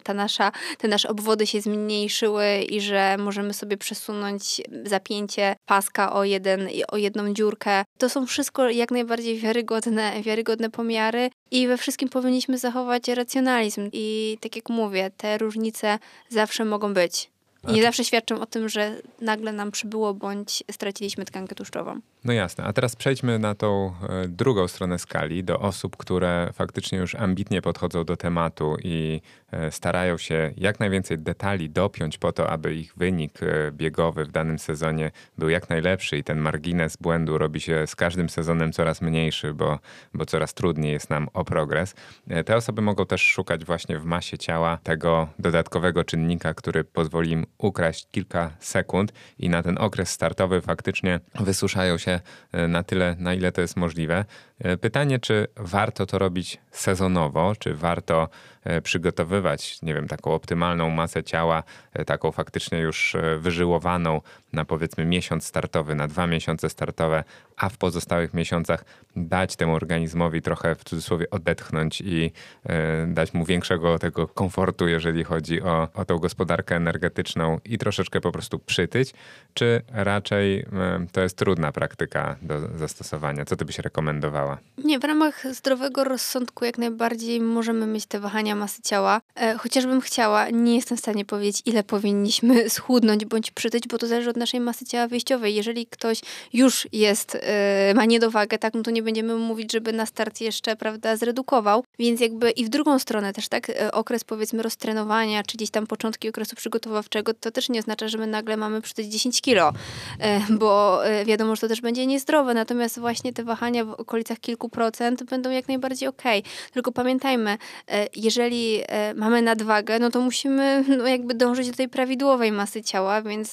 te nasze obwody się zmniejszyły i że możemy sobie przesunąć zapięcie paska o jedną dziurkę. To są wszystko jak najbardziej wiarygodne pomiary i we wszystkim powinniśmy zachować racjonalizm. I tak jak mówię, te różnice zawsze mogą być. I nie zawsze świadczą o tym, że nagle nam przybyło bądź straciliśmy tkankę tłuszczową. No jasne, a teraz przejdźmy na tą drugą stronę skali, do osób, które faktycznie już ambitnie podchodzą do tematu i starają się jak najwięcej detali dopiąć po to, aby ich wynik biegowy w danym sezonie był jak najlepszy i ten margines błędu robi się z każdym sezonem coraz mniejszy, bo coraz trudniej jest nam o progres. Te osoby mogą też szukać właśnie w masie ciała tego dodatkowego czynnika, który pozwoli im ukraść kilka sekund i na ten okres startowy faktycznie wysuszają się na tyle, na ile to jest możliwe. Pytanie, czy warto to robić sezonowo, czy warto przygotowywać, nie wiem, taką optymalną masę ciała, taką faktycznie już wyżyłowaną na powiedzmy miesiąc startowy, na 2 miesiące startowe, a w pozostałych miesiącach dać temu organizmowi trochę w cudzysłowie odetchnąć i dać mu większego tego komfortu, jeżeli chodzi o tą gospodarkę energetyczną i troszeczkę po prostu przytyć, czy raczej to jest trudna praktyka do zastosowania? Co ty byś rekomendowała? Nie, w ramach zdrowego rozsądku jak najbardziej możemy mieć te wahania masy ciała. Chociażbym chciała, nie jestem w stanie powiedzieć, ile powinniśmy schudnąć bądź przytyć, bo to zależy od naszej masy ciała wyjściowej. Jeżeli ktoś już ma niedowagę, tak, no to nie będziemy mówić, żeby na start jeszcze, prawda, zredukował. Więc jakby i w drugą stronę też, tak, okres powiedzmy roztrenowania, czy gdzieś tam początki okresu przygotowawczego, to też nie oznacza, że my nagle mamy przytyć 10 kilo, bo wiadomo, że to też będzie niezdrowe. Natomiast właśnie te wahania w okolicach kilku procent będą jak najbardziej okej. Tylko pamiętajmy, jeżeli mamy nadwagę, no to musimy jakby dążyć do tej prawidłowej masy ciała, więc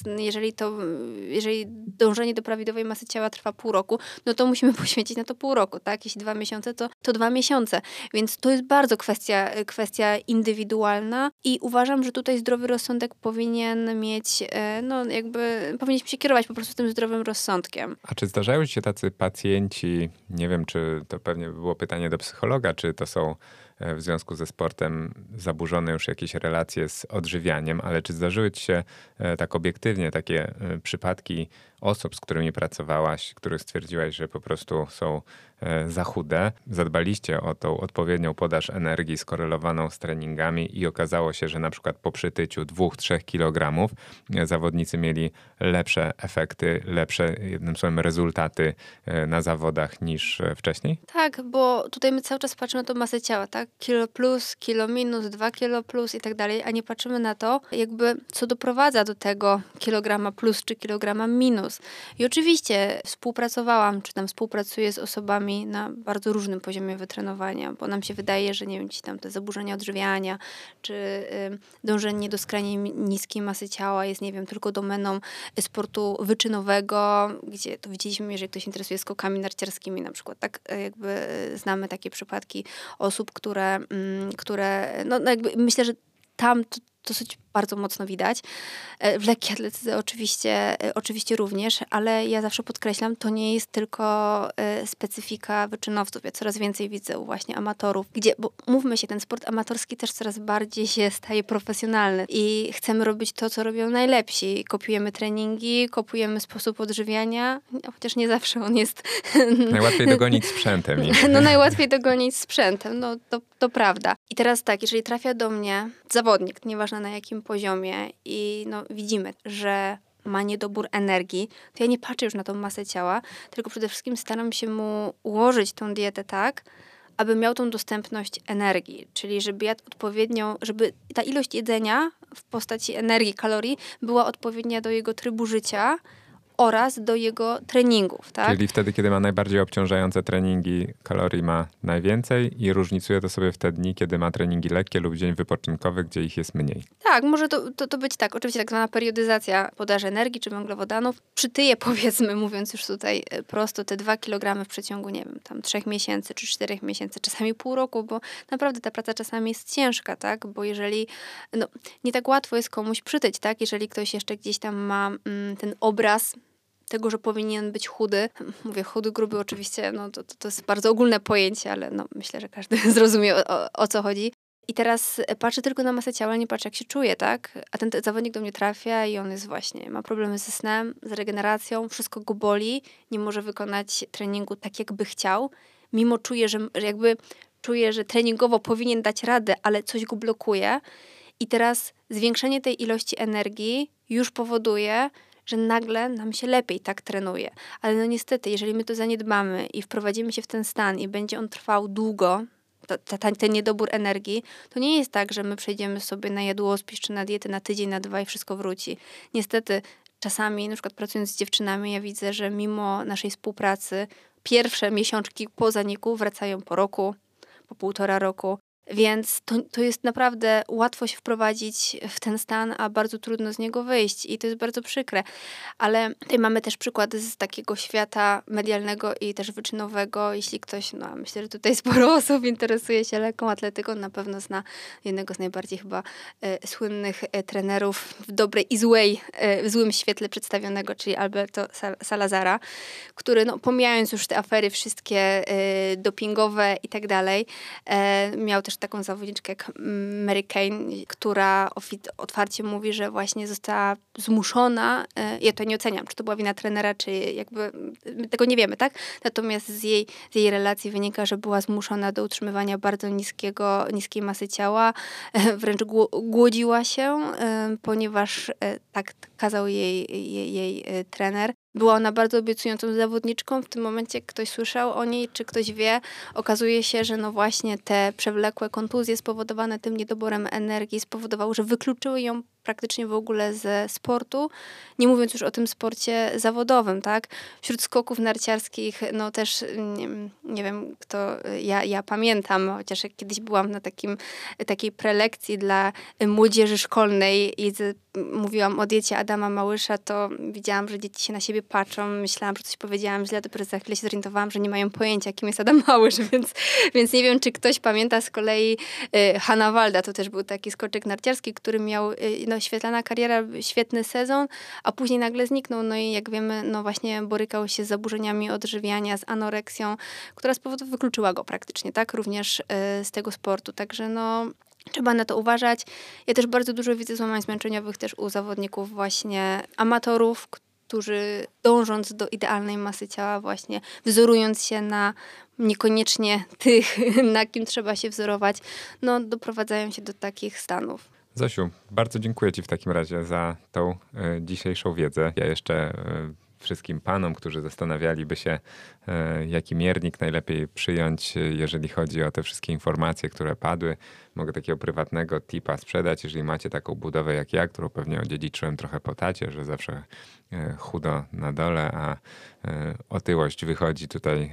jeżeli dążenie do prawidłowej masy ciała trwa pół roku, no to musimy poświęcić na to pół roku, tak? Jeśli 2 miesiące, to 2 miesiące. Więc to jest bardzo kwestia indywidualna i uważam, że tutaj zdrowy rozsądek powinien mieć, powinniśmy się kierować po prostu tym zdrowym rozsądkiem. A czy zdarzają się tacy pacjenci, nie wiem, czy to pewnie by było pytanie do psychologa, czy to są w związku ze sportem zaburzone już jakieś relacje z odżywianiem, ale czy zdarzyły ci się tak obiektywnie takie przypadki osób, z którymi pracowałaś, których stwierdziłaś, że po prostu są za chude? Zadbaliście o tą odpowiednią podaż energii skorelowaną z treningami i okazało się, że na przykład po przytyciu 2-3 kg zawodnicy mieli lepsze efekty, lepsze, jednym słowem, rezultaty na zawodach niż wcześniej? Tak, bo tutaj my cały czas patrzymy na tą masę ciała, tak? Kilo plus, kilo minus, 2 kilo plus i tak dalej, a nie patrzymy na to, jakby co doprowadza do tego kilograma plus czy kilograma minus. I oczywiście współpracowałam, czy tam współpracuję z osobami na bardzo różnym poziomie wytrenowania, bo nam się wydaje, że nie wiem, ci tam te zaburzenia odżywiania, czy dążenie do skrajnie niskiej masy ciała jest, nie wiem, tylko domeną sportu wyczynowego, gdzie to widzieliśmy, jeżeli ktoś interesuje skokami narciarskimi na przykład, tak jakby znamy takie przypadki osób, które jakby myślę, że tam to dosyć bardzo mocno widać. W lekkiej atletyce oczywiście również, ale ja zawsze podkreślam, to nie jest tylko specyfika wyczynowców. Ja coraz więcej widzę u właśnie amatorów, bo mówmy się, ten sport amatorski też coraz bardziej się staje profesjonalny i chcemy robić to, co robią najlepsi. Kopiujemy treningi, kopiujemy sposób odżywiania, chociaż nie zawsze on jest... Najłatwiej dogonić sprzętem. No najłatwiej dogonić sprzętem, no to prawda. I teraz tak, jeżeli trafia do mnie zawodnik, nieważne na jakim poziomie i no widzimy, że ma niedobór energii, to ja nie patrzę już na tą masę ciała, tylko przede wszystkim staram się mu ułożyć tą dietę tak, aby miał tą dostępność energii, czyli żeby jadł odpowiednią, żeby ta ilość jedzenia w postaci energii, kalorii była odpowiednia do jego trybu życia oraz do jego treningów, tak? Czyli wtedy, kiedy ma najbardziej obciążające treningi, kalorii ma najwięcej i różnicuje to sobie w te dni, kiedy ma treningi lekkie lub dzień wypoczynkowy, gdzie ich jest mniej. Tak, może to być tak. Oczywiście tak zwana periodyzacja podaży energii czy węglowodanów przytyje, powiedzmy, mówiąc już tutaj prosto, te 2 kg w przeciągu, nie wiem, tam 3 miesięcy czy 4 miesięcy, czasami pół roku, bo naprawdę ta praca czasami jest ciężka, tak? Bo jeżeli, no, nie tak łatwo jest komuś przytyć, tak? Jeżeli ktoś jeszcze gdzieś tam ma ten obraz tego, że powinien być chudy. Mówię chudy, gruby oczywiście, no to jest bardzo ogólne pojęcie, ale no, myślę, że każdy zrozumie o co chodzi. I teraz patrzę tylko na masę ciała, nie patrzę jak się czuje, tak? A ten zawodnik do mnie trafia i on jest właśnie, ma problemy ze snem, z regeneracją, wszystko go boli, nie może wykonać treningu tak, jakby chciał, mimo czuje, że treningowo powinien dać radę, ale coś go blokuje. I teraz zwiększenie tej ilości energii już powoduje, że nagle nam się lepiej tak trenuje. Ale no niestety, jeżeli my to zaniedbamy i wprowadzimy się w ten stan i będzie on trwał długo, ten niedobór energii, to nie jest tak, że my przejdziemy sobie na jadłospis czy na dietę na tydzień, na 2 i wszystko wróci. Niestety, czasami, na przykład pracując z dziewczynami, ja widzę, że mimo naszej współpracy pierwsze miesiączki po zaniku wracają po roku, po 1,5 roku. Więc to jest naprawdę łatwo się wprowadzić w ten stan, a bardzo trudno z niego wyjść i to jest bardzo przykre. Ale tutaj mamy też przykład z takiego świata medialnego i też wyczynowego. Jeśli ktoś, no myślę, że tutaj sporo osób interesuje się lekką atletyką, na pewno zna jednego z najbardziej chyba słynnych trenerów w dobrej i złej, w złym świetle przedstawionego, czyli Alberto Salazara, który no, pomijając już te afery wszystkie dopingowe i tak dalej, miał też taką zawodniczkę jak Mary Kane, która otwarcie mówi, że właśnie została zmuszona, ja to nie oceniam, czy to była wina trenera, czy jakby, my tego nie wiemy, tak? Natomiast z jej relacji wynika, że była zmuszona do utrzymywania bardzo niskiej masy ciała, wręcz głodziła się, ponieważ tak kazał jej trener. Była ona bardzo obiecującą zawodniczką. W tym momencie ktoś słyszał o niej, czy ktoś wie, okazuje się, że no właśnie te przewlekłe kontuzje spowodowane tym niedoborem energii spowodowały, że wykluczyły ją praktycznie w ogóle ze sportu, nie mówiąc już o tym sporcie zawodowym, tak? Wśród skoków narciarskich, no też, nie wiem, kto, ja pamiętam, chociaż jak kiedyś byłam na takiej prelekcji dla młodzieży szkolnej i mówiłam o diecie Adama Małysza, to widziałam, że dzieci się na siebie patrzą, myślałam, że coś powiedziałam źle, dopiero za chwilę się zorientowałam, że nie mają pojęcia, kim jest Adam Małysz, więc nie wiem, czy ktoś pamięta z kolei Hanna Walda, to też był taki skoczek narciarski, który miał no, świetlana kariera, świetny sezon, a później nagle zniknął. No i jak wiemy, no właśnie borykał się z zaburzeniami odżywiania, z anoreksją, która z powodu wykluczyła go praktycznie, tak? Również z tego sportu. Także no trzeba na to uważać. Ja też bardzo dużo widzę złamań zmęczeniowych też u zawodników właśnie amatorów, którzy dążąc do idealnej masy ciała właśnie, wzorując się na niekoniecznie tych, na kim trzeba się wzorować, no doprowadzają się do takich stanów. Zosiu, bardzo dziękuję Ci w takim razie za tą dzisiejszą wiedzę. Ja jeszcze wszystkim panom, którzy zastanawialiby się, jaki miernik najlepiej przyjąć, jeżeli chodzi o te wszystkie informacje, które padły. Mogę takiego prywatnego tipa sprzedać, jeżeli macie taką budowę jak ja, którą pewnie odziedziczyłem trochę po tacie, że zawsze chudo na dole, a otyłość wychodzi tutaj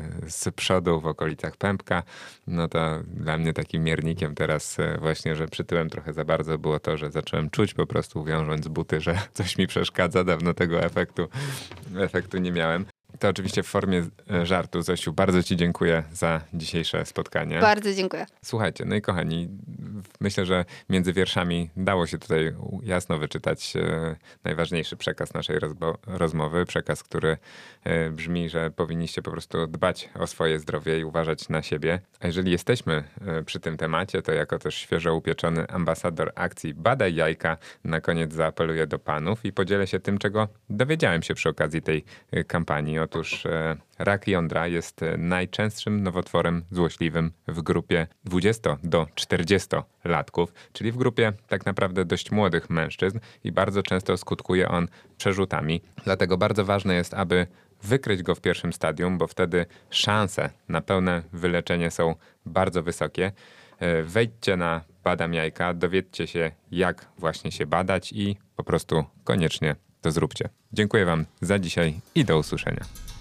z przodu w okolicach pępka, no to dla mnie takim miernikiem teraz właśnie, że przytyłem trochę za bardzo było to, że zacząłem czuć po prostu wiążąc buty, że coś mi przeszkadza, dawno tego efektu nie miałem. To oczywiście w formie żartu. Zosiu, bardzo ci dziękuję za dzisiejsze spotkanie. Bardzo dziękuję. Słuchajcie, no i kochani, myślę, że między wierszami dało się tutaj jasno wyczytać najważniejszy przekaz naszej rozmowy. Przekaz, który brzmi, że powinniście po prostu dbać o swoje zdrowie i uważać na siebie. A jeżeli jesteśmy przy tym temacie, to jako też świeżo upieczony ambasador akcji Badaj Jajka na koniec zaapeluję do panów i podzielę się tym, czego dowiedziałem się przy okazji tej kampanii. Otóż rak jądra jest najczęstszym nowotworem złośliwym w grupie 20 do 40-latków, czyli w grupie tak naprawdę dość młodych mężczyzn i bardzo często skutkuje on przerzutami. Dlatego bardzo ważne jest, aby wykryć go w pierwszym stadium, bo wtedy szanse na pełne wyleczenie są bardzo wysokie. Wejdźcie na Badam Jajka, dowiedzcie się, jak właśnie się badać i po prostu koniecznie to zróbcie. Dziękuję wam za dzisiaj i do usłyszenia.